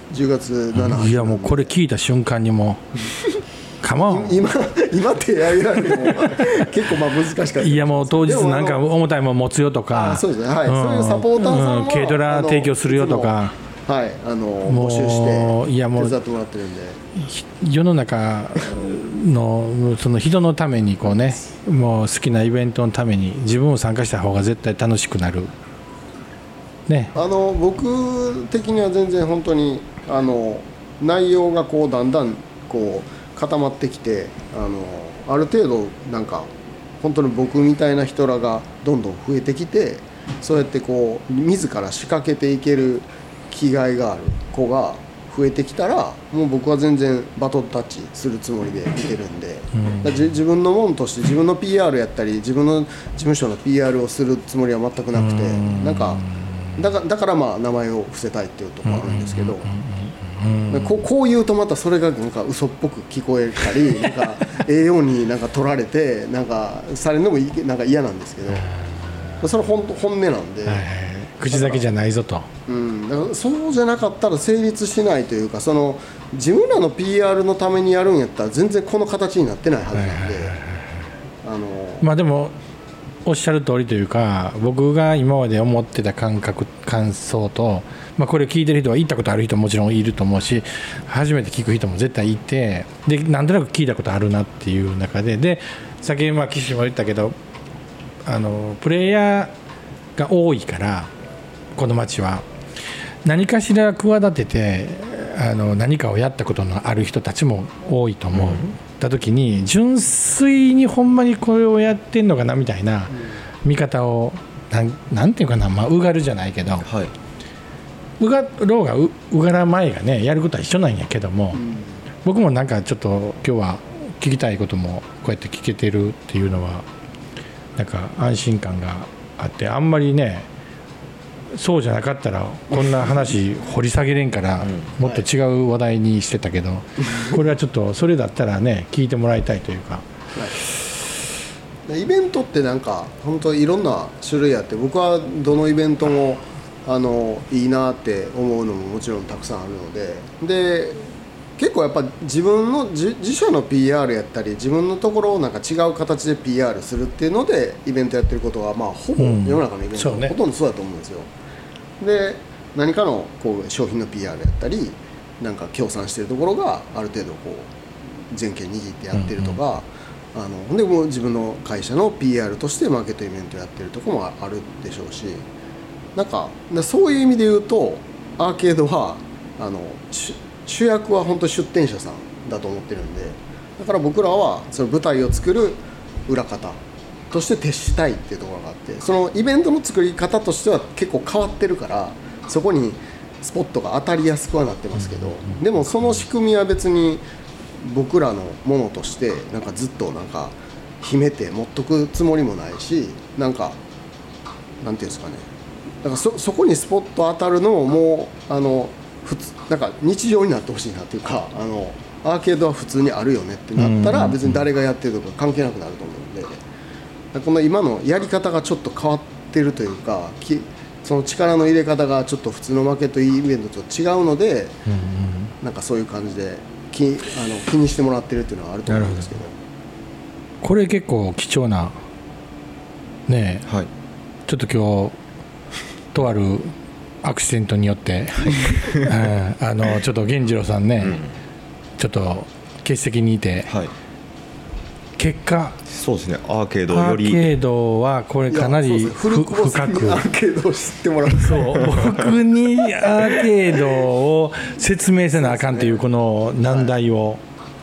7日、 いやもうこれ聞いた瞬間にもカモン今手挙げられるのは結構難しかった。 いやもう当日なんか重たいもん持つよとか、 そうですね、はい、そういうサポーターさんは軽トラ提供するよとか、 はい、募集して手伝ってもらってるんで、 世の中のその人のためにこうね、もう好きなイベントのために自分も参加した方が絶対楽しくなるね。 僕的には全然本当に内容がこうだんだんこう固まってきて、ある程度なんか本当に僕みたいな人らがどんどん増えてきて、そうやってこう自ら仕掛けていける気概がある子が増えてきたら、もう僕は全然バトンタッチするつもりで見てるんで、自分のもんとして自分の PR やったり自分の事務所の PR をするつもりは全くなくて、なんかだから名前を伏せたいっていうところがあるんですけど、こう言うとまたそれがなんか嘘っぽく聞こえたり、なんかようになんか取られてなんかされるのもなんか嫌なんですけど、それ本音なんで、 口だけじゃないぞと、 だからそうじゃなかったら成立しないというか、その自分らの PR のためにやるんやったら全然この形になってないはずなんで、 でもおっしゃる通りというか、僕が今まで思ってた感想と、これ聞いてる人は行ったことある人ももちろんいると思うし、初めて聞く人も絶対いて、でなんとなく聞いたことあるなっていう中で、先岸も言ったけど、プレイヤーが多いからこの町は何かしら企てて何かをやったことのある人たちも多いと思う、た時に純粋にほんまにこれをやってんのかなみたいな見方をなんていうかな、うがるじゃないけど、うがろうがうがら前がねやることは一緒なんやけども、僕もなんかちょっと今日は聞きたいこともこうやって聞けてるっていうのはなんか安心感があって、あんまりねそうじゃなかったらこんな話掘り下げれんからもっと違う話題にしてたけど、これはちょっとそれだったらね聞いてもらいたいというか、 イベントってなんか本当いろんな種類あって、僕はどのイベントもいいなって思うのももちろんたくさんあるので、結構やっぱ自分の自社の PR やったり自分のところをなんか違う形で PR するっていうのでイベントやってることはほぼ世の中のイベントはほとんどそうだと思うんですよ。で何かのこう商品の PR やったりなんか協賛してるところがある程度こう全権握ってやってるとか、でもう自分の会社の PR としてマーケットイベントやってるところもあるでしょうし、なんかそういう意味で言うとアーケードは主役は本当出店者さんだと思ってるんで、だから僕らはその舞台を作る裏方として徹したいっていうところがあって、そのイベントの作り方としては結構変わってるから、そこにスポットが当たりやすくはなってますけど、でもその仕組みは別に僕らのものとしてなんかずっとなんか秘めて持っとくつもりもないし、なんかなんていうんですかね、だからそこにスポット当たるのをもう普通なんか日常になってほしいなっていうか、アーケードは普通にあるよねってなったら別に誰がやってるとか関係なくなると思うんで、この今のやり方がちょっと変わってるというか、その力の入れ方がちょっと普通のマーケットイベントと違うので、なんかそういう感じで気にしてもらってるっていうのはあると思うんですけど、 これ結構貴重なねえ、ちょっと今日とあるアクシデントによってちょっと源次郎さんね、ちょっと欠席にいて、結果そうですね、アーケードアよりーケードはこれかなり深くアーケードを知ってもらう、 僕にアーケードを説明せなあかんというこの難題を、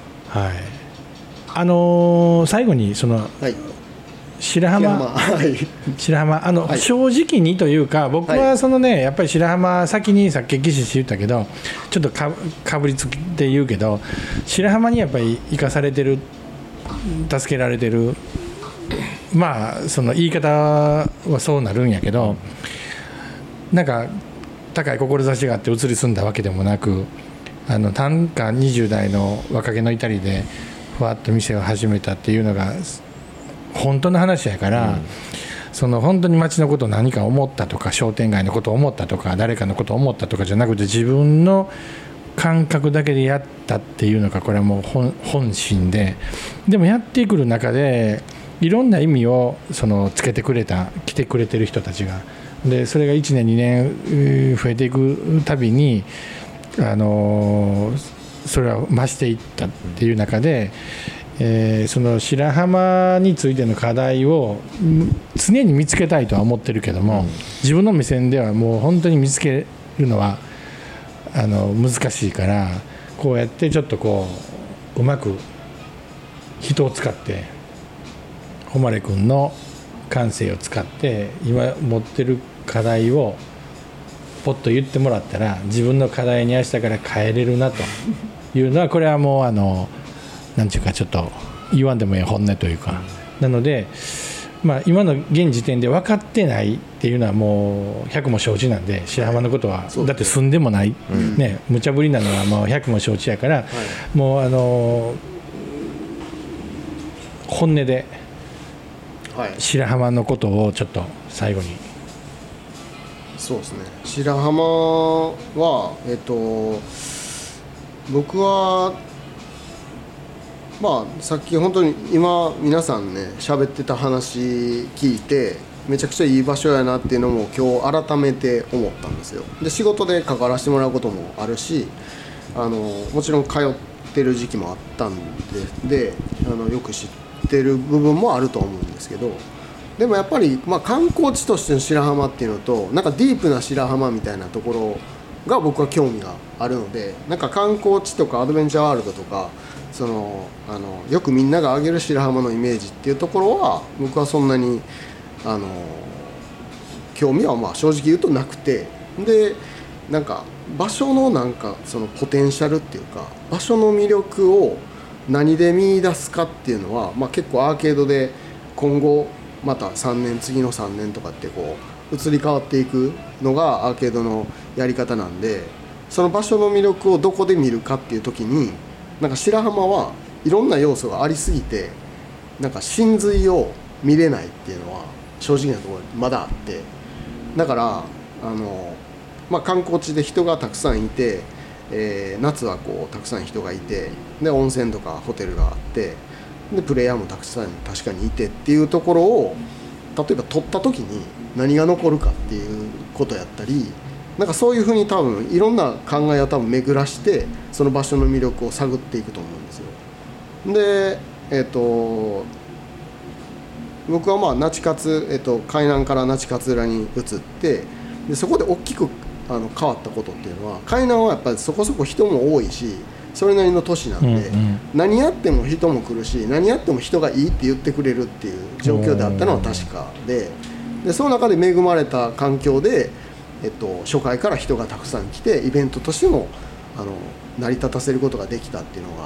最後にその、白浜、正直にというか、僕はそのね、やっぱり白浜先にさっき岸氏言ったけど、ちょっとかぶりつきで言うけど、白浜にやっぱり生かされてる、助けられてる、その言い方はそうなるんやけど、なんか高い志があって移り住んだわけでもなく、単価20代の若気の至りでふわっと店を始めたっていうのが本当の話やから、その本当に街のことを何か思ったとか、商店街のことを思ったとか、誰かのことを思ったとかじゃなくて、自分の感覚だけでやったっていうのが、これはもう本心で、でもやってくる中でいろんな意味をつけてくれた、来てくれてる人たちが、でそれが1年2年増えていくたびにそれは増していったっていう中で、その白浜についての課題を常に見つけたいとは思ってるけども、自分の目線ではもう本当に見つけるのは難しいから、こうやってちょっとうまく人を使って、誉君の感性を使って今持ってる課題をポッと言ってもらったら、自分の課題に明日から変えれるなというのは、これはもうなんていうか、ちょっと言わんでもいい本音というか、なので、今の現時点で分かってないっていうのはもう100も承知なんで、白浜のことはだって住んでもない、ね、無茶ぶりなのはもう100も承知やから、もう本音で白浜のことをちょっと最後に。 そうですね、白浜は僕はさっき本当に今皆さんね喋ってた話聞いて、めちゃくちゃいい場所やなっていうのも今日改めて思ったんですよ。で仕事で関わらせてもらうこともあるし、もちろん通ってる時期もあったんでよく知ってる部分もあると思うんですけど、でもやっぱり、観光地としての白浜っていうのと、なんかディープな白浜みたいなところが僕は興味があるので、なんか観光地とかアドベンチャーワールドとかよくみんなが挙げる白浜のイメージっていうところは、僕はそんなに興味は正直言うとなくて、でなんか場所のなんかポテンシャルっていうか、場所の魅力を何で見出すかっていうのは、結構アーケードで今後また次の3年とかって移り変わっていくのがアーケードのやり方なんで、その場所の魅力をどこで見るかっていう時に、なんか白浜はいろんな要素がありすぎて、なんか真髄を見れないっていうのは正直なところまだあって、だから観光地で人がたくさんいて、夏はたくさん人がいて、で温泉とかホテルがあって、でプレイヤーもたくさん確かにいてっていうところを、例えば撮った時に何が残るかっていうことやったり、なんかそういうふうに多分いろんな考えを多分巡らして、その場所の魅力を探っていくと思うんですよ。で僕は那智勝、海南から那智勝浦に移って、でそこで大きく変わったことっていうのは、海南はやっぱりそこそこ人も多いし、それなりの都市なんで、何やっても人も来るし、何やっても人がいいって言ってくれるっていう状況であったのは確かで、その中で恵まれた環境で、初回から人がたくさん来て、イベントとしても成り立たせることができたっていうのがあって、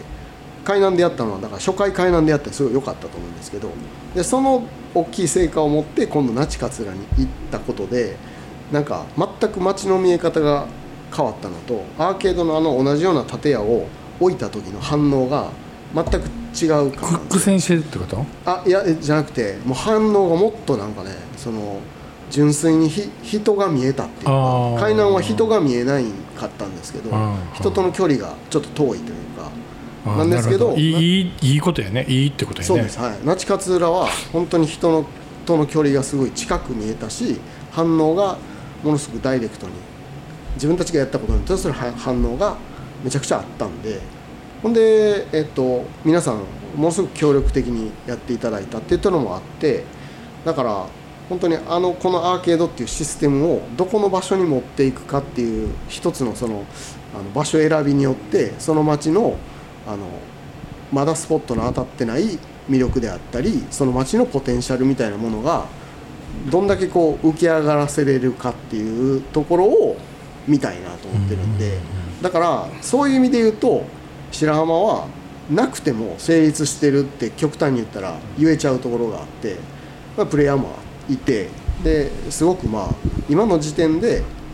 海南でやったのはだから初回海南でやってすごい良かったと思うんですけど、でその大きい成果を持って今度那智勝浦に行ったことで、なんか全く街の見え方が変わったのと、アーケードの同じような建屋を置いた時の反応が全く違うかな。 苦戦してるってこと？ いやじゃなくて、もう反応がもっとなんかね、純粋に人が見えたっていうか、海南は人が見えないかったんですけど、人との距離がちょっと遠いというかなんですけど、 いいことやね、いいってことやね。 そうです、那智勝浦は本当に人との距離がすごい近く見えたし、反応がものすごくダイレクトに、自分たちがやったことに対する反応がめちゃくちゃあったんで、ほんで、皆さんものすごく協力的にやっていただいたっていったのもあって、だから本当にこのアーケードっていうシステムをどこの場所に持っていくかっていう一つの場所選びによって、その街のまだスポットの当たってない魅力であったり、その街のポテンシャルみたいなものがどんだけ浮き上がらせれるかっていうところを見たいなと思ってるんで、だからそういう意味で言うと白浜はなくても成立してるって極端に言ったら言えちゃうところがあって、プレイヤーもいて、ですごく今の時点で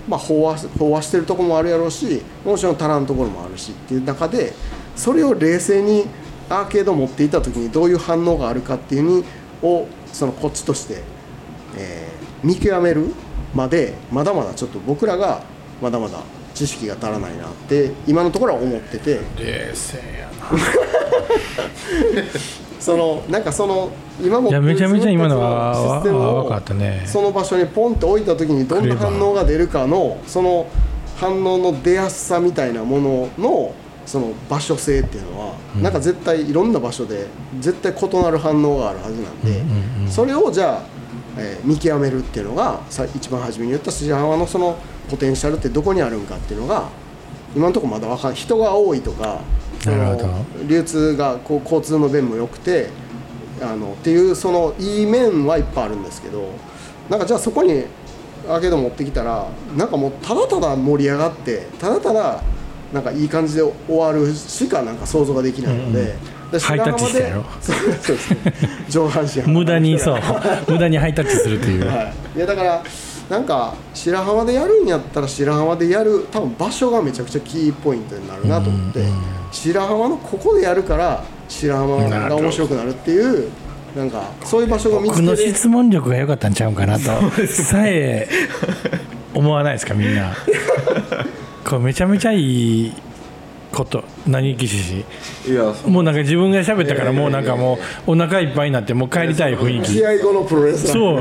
飽和してるところもあるやろうし、もちろん足らんところもあるしっていう中で、それを冷静にアーケードを持っていた時にどういう反応があるかっていうのをそのこっちとして、見極めるまでまだまだちょっと僕らがまだまだ知識が足らないなって今のところは思ってて、 冷静やなんか今もいやめちゃめちゃ今のはシステムを分かったね。 その場所にポンって置いた時にどんな反応が出るかのその反応の出やすさみたいなもののその場所性っていうのは、なんか絶対いろんな場所で絶対異なる反応があるはずなんで、それをじゃあ、見極めるっていうのが一番初めに言った白浜のそのポテンシャルってどこにあるんかっていうのが今のところまだ分かんない。人が多いとか流通が交通の便も良くてっていうそのいい面はいっぱいあるんですけど、なんかじゃあそこにアーケード持ってきたらなんかもうただただ盛り上がってただただなんかいい感じで終わるしかなんか想像ができないので、 ハイタッチしたやろそうですね上半身無駄に無駄にハイタッチするっていう、 いやだからなんか白浜でやるんやったら白浜でやる多分場所がめちゃくちゃキーポイントになるなと思って、白浜のここでやるから白浜が面白くなるっていうなんかそういう場所が見つける。 僕の質問力が良かったんちゃうかなとさえ思わないですかみんなこれめちゃめちゃいいこと何岸氏もうなんか自分が喋ったからもうなんかもうお腹いっぱいになってもう帰りたい雰囲気。 試合後のプロレスそう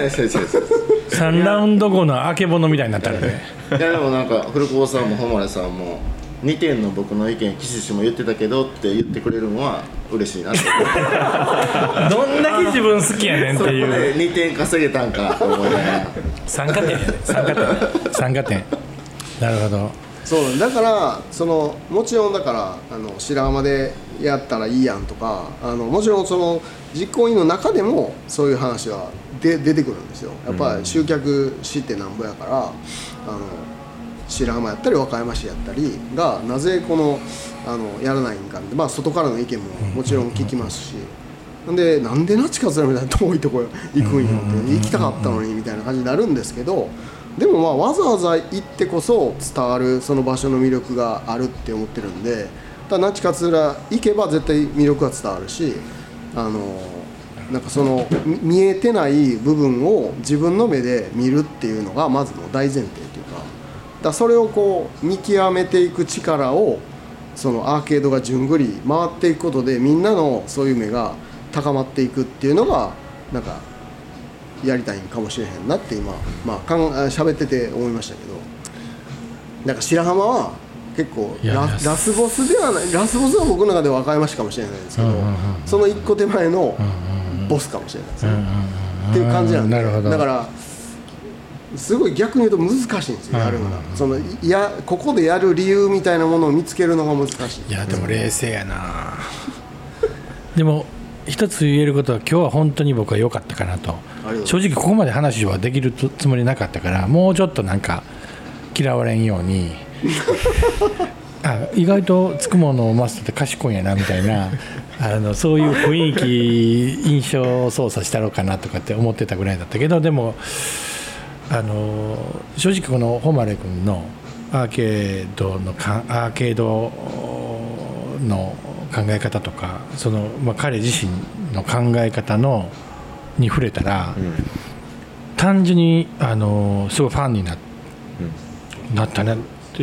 3ラウンド後のあけぼのみたいになったらね。 いやでもなんか古久保さんも誉さんも2点の僕の意見岸氏も言ってたけどって言ってくれるのは嬉しいなってどんだけ自分好きやねんっていう 2点稼げたんかと思いながら参加点なるほど。 そうだからもちろんだから白浜でやったらいいやんとかもちろんその実行委員の中でもそういう話は出てくるんですよ。やっぱり集客してなんぼやから白浜やったり和歌山市やったりがなぜやらないんかって、外からの意見ももちろん聞きますし、でなんで那智勝浦みたいな遠いとこ行くんよって行きたかったのにみたいな感じになるんですけど、でもわざわざ行ってこそ伝わるその場所の魅力があるって思ってるんで、那智勝浦行けば絶対魅力が伝わるしなんか見えてない部分を自分の目で見るっていうのがまずの大前提というか、それを見極めていく力をそのアーケードが順繰り回っていくことでみんなのそういう目が高まっていくっていうのがなんかやりたいんかもしれへんなって今喋ってて思いましたけど、なんか白浜は結構ラスボスではない、ラスボスは僕の中で和歌山市かもしれないですけど、その一個手前のボスかもしれないですねっていう感じなんで、だからすごい逆に言うと難しいんですよ、やるのがここでやる理由みたいなものを見つけるのが難しい。 いやでも冷静やなでも一つ言えることは今日は本当に僕は良かったかなと。正直ここまで話はできるつもりなかったから、もうちょっとなんか嫌われんように意外とつくものをマスターって賢いんやなみたいなそういう雰囲気印象操作したろうかなとかって思ってたぐらいだったけど、でも正直この誉君のアーケードの考え方とか彼自身の考え方に触れたら、単純にすごいファンになったねって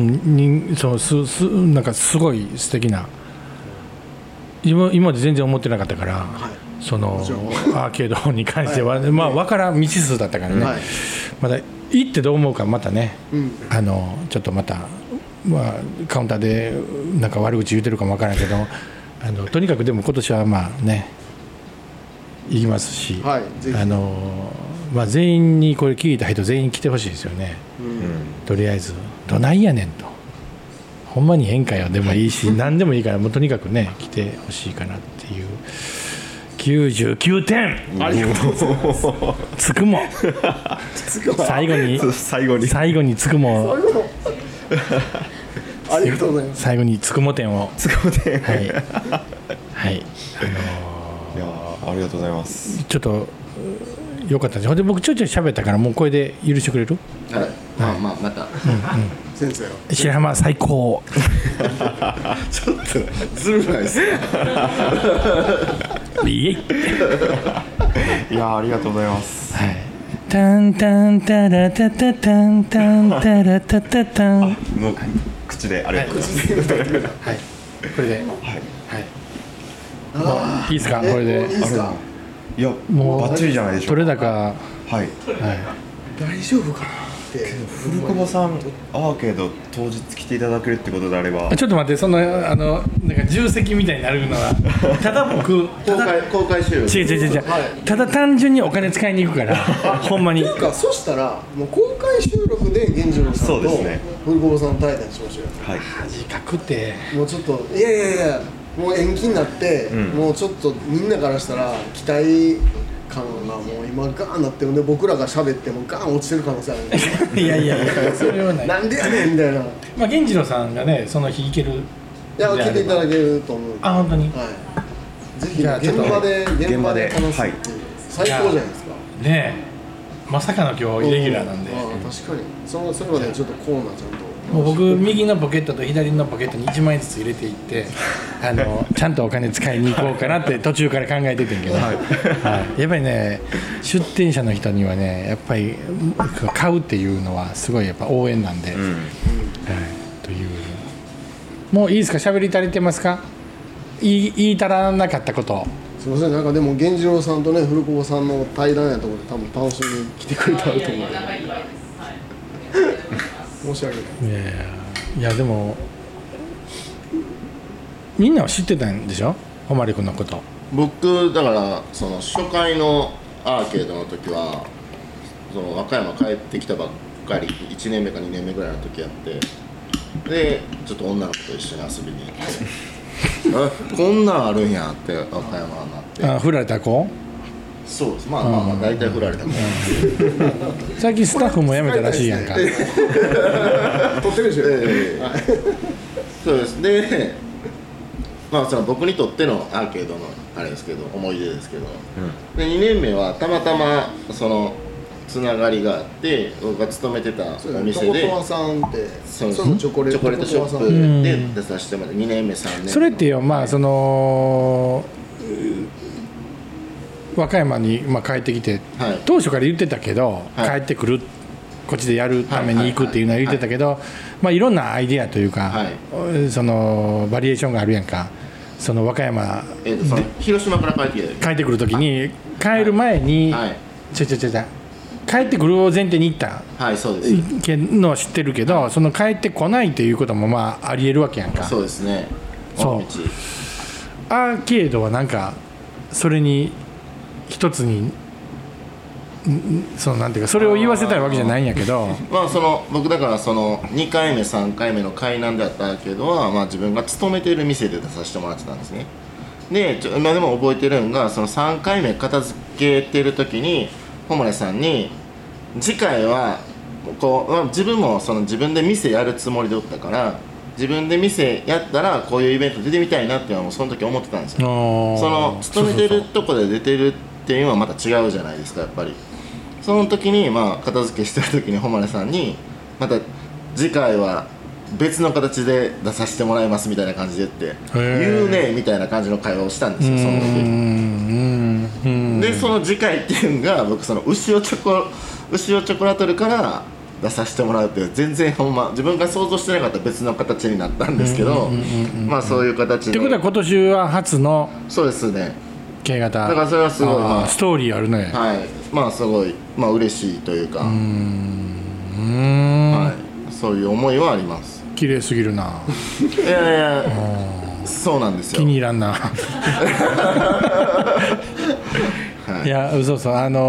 いうなんかすごい素敵な今まで全然思ってなかったから、そのアーケードに関しては、分からん未知数だったからね、まだ行ってどう思うかまたね、ちょっとまた、カウンターでなんか悪口言うてるかも分からんけどとにかくでも今年は行きますし、全員にこれ聞いた人全員来てほしいですよね、とりあえずどないやねんと、ほんまに変化よでもいいし何でもいいからもうとにかくね来てほしいかなっていう99点ありがとうございますつくも最後につくもありがとうございます。 最後につくも点をはいいやありがとうございます。 ちょっとよかったです。で僕ちょいちょい喋ったからもうこれで許してくれる？ はいまた、 先生は白浜最高ちょっとずるないですかイエイいやありがとうございます。 タンタンタラタタタンタンタラタタタンもう口でありがとうございます。 はいこれではいいいですかこれでいいですか。 いやもうバッチリじゃないでしょうか。 取れ高はい。 大丈夫かなって古久保さんアーケード当日来ていただけるってことであれば。 ちょっと待ってなんか重責みたいになるのはただ僕公開収録違う、ただ単純にお金使いに行くからほんまになんかそしたらもう公開収録で源次郎さんとそうですね古久保さん対談しましょうよ。 はい。 自覚ってもうちょっといやもう延期になって、もうちょっとみんなからしたら期待感がもう今ガーンなってるんで僕らが喋ってもガーン落ちてる可能性あるんでいやそれはないなんでやねんみたいな。 まあ源次郎さんがねその日行けるいや聞いていただけると思う。 あ本当にはいぜひじゃあちょっと現場で楽しむっていう、 はい最高じゃないですか。 ねえまさかの今日イレギュラーなんで確かにそういうのでちょっとコーナーちゃんともう僕右のポケットと左のポケットに1万円ずつ入れていってちゃんとお金使いに行こうかなって途中から考えててんけど、はいやっぱりね出店者の人にはねやっぱり買うっていうのはすごいやっぱ応援なんで、というもういいですか喋り足りてますか言い足らなかったことすみませんなんかでも源次郎さんとね古久保さんの対談やと思って多分楽しみに来てくれたらと思うんで申し訳ない。 いやでもみんなは知ってたんでしょ誉君のこと。 僕だからその初回のアーケードの時はその和歌山帰ってきたばっかり1年目か2年目ぐらいの時やってでちょっと女の子と一緒に遊びに行ってこんなんあるんやって和歌山になって振られた子そうですまあ大体振られた子最近スタッフも辞めたらしいやんか撮ってるでしょ、 そうですでまあその僕にとってのアーケードのあれですけど思い出ですけど、で2年目はたまたまそのつながりがあって僕が勤めてたお店でトコトワさんってそうチョコレートショップで出させてもらって2年目3年目それってよまあその和歌山に帰ってきて、当初から言ってたけど、帰ってくるこっちでやるために行くっていうのは言ってたけど、いろんなアイデアというか、そのバリエーションがあるやんかその和歌山その広島から帰ってくる時に帰る前に、帰ってくるを前提に行ったのは知ってるけどその帰ってこないということもありえるわけやんか。 そうですね。 そうアーケードはなんかそれに一つにそのなんていうかそれを言わせたいわけじゃないんやけどその僕だからその2回目3回目の海南であったけどは自分が勤めている店で出させてもらってたんですね。で今でも覚えてるのがその3回目片付けてる時に誉さんに次回はこう、自分もその自分で店やるつもりでおったから自分で店やったらこういうイベント出てみたいなっていうのはもうその時思ってたんですよ。その勤めてるとこで出てるっていうのはまた違うじゃないですかやっぱり。その時に片付けしてる時に誉さんにまた次回は別の形で出させてもらいますみたいな感じでって言うねみたいな感じの会話をしたんですよその時でその次回っていうのが僕その牛尾チョコラトルから出させてもらうっていう全然ほんま自分が想像してなかった別の形になったんですけどそういう形でってことは今年は初のそうですね K型だからそれはすごいストーリーあるねすごい嬉しいというかそういう思いはあります。 綺麗すぎるな。 いやそうなんですよ。 気に入らんな。いやそう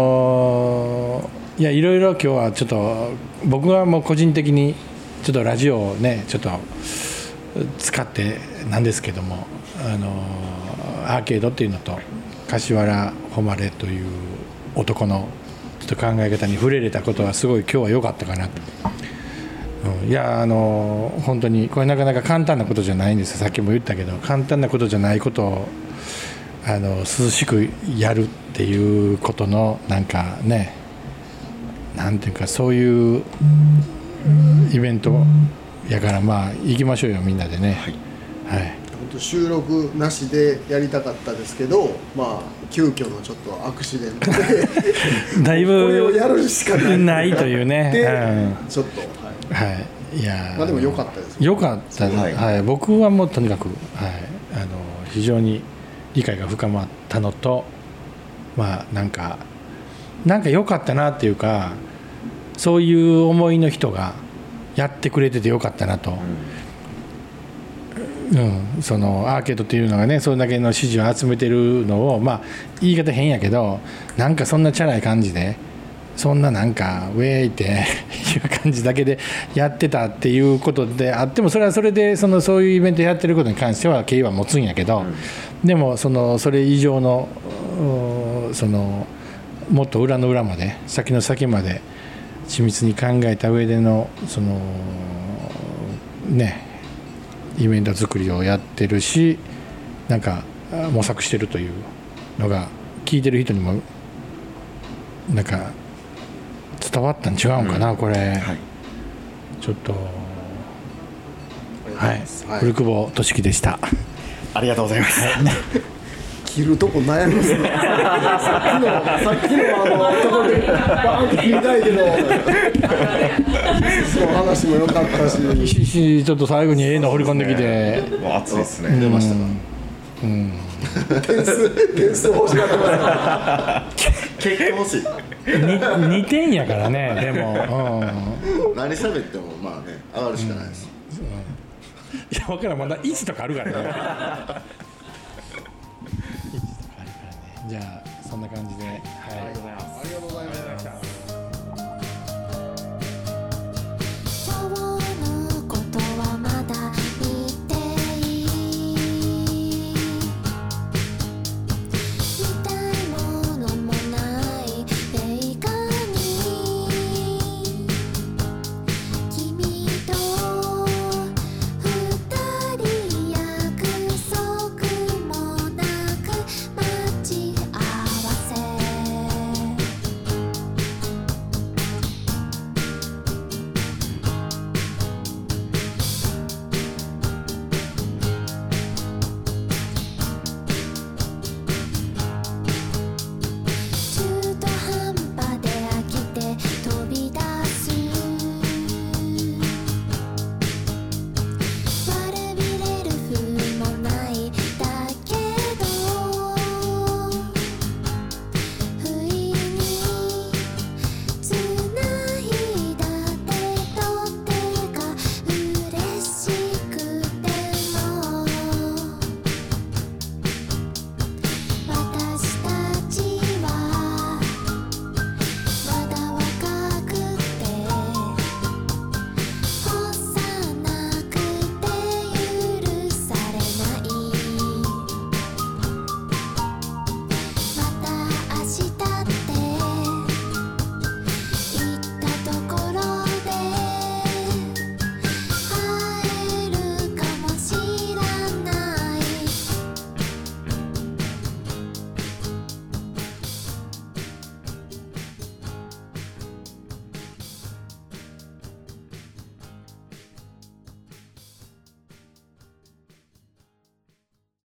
いやいろいろ今日はちょっと僕はもう個人的にちょっとラジオをねちょっと使ってなんですけどもアーケードっていうのと柏原誉という男のちょっと考え方に触れれたことはすごい今日は良かったかなと。いや本当にこれなかなか簡単なことじゃないんですよ。さっきも言ったけど簡単なことじゃないことを涼しくやるっていうことのなんかねなんていうかそういうイベントやからまあ行きましょうよみんなでね。はい、 本当収録なしでやりたかったですけど、まあ急遽のちょっとアクシデントでだいぶこれをやるしかないというね。 で、ちょっとはい、いやまあでも良かったです。 良かったです。はい、僕はもうとにかく非常に理解が深まったのと、まあなんか良かったなっていうか、そういう思いの人がやってくれてて良かったなと。そのアーケードっていうのがね、それだけの支持を集めてるのを、まあ言い方変やけど、なんかそんなチャラい感じで、そんななんかウェーイっていう感じだけでやってたっていうことであっても、それはそれでそういうイベントやってることに関しては敬意は持つんやけど、でもそれ以上のもっと裏の裏まで、先の先まで緻密に考えた上でのねイベント作りをやってるし、なんか模索してるというのが聞いてる人にもなんか伝わったん違うんかな、これ、ちょっと古久保俊樹でした。 ありがとうございます。 切るとこ悩みますね。さっきのところでバーンと切りたいけど、その話も良かったし、 ちょっと最後にの掘り込んできて、 もう熱いですね。出ましたか。 点数欲しがってます結果欲しい。 2点やからね。でも、 何喋ってもまあね上がるしかないです。 いや分からん、まだ1とかあるからね。じゃあそんな感じで、はい、 ありがとうございます。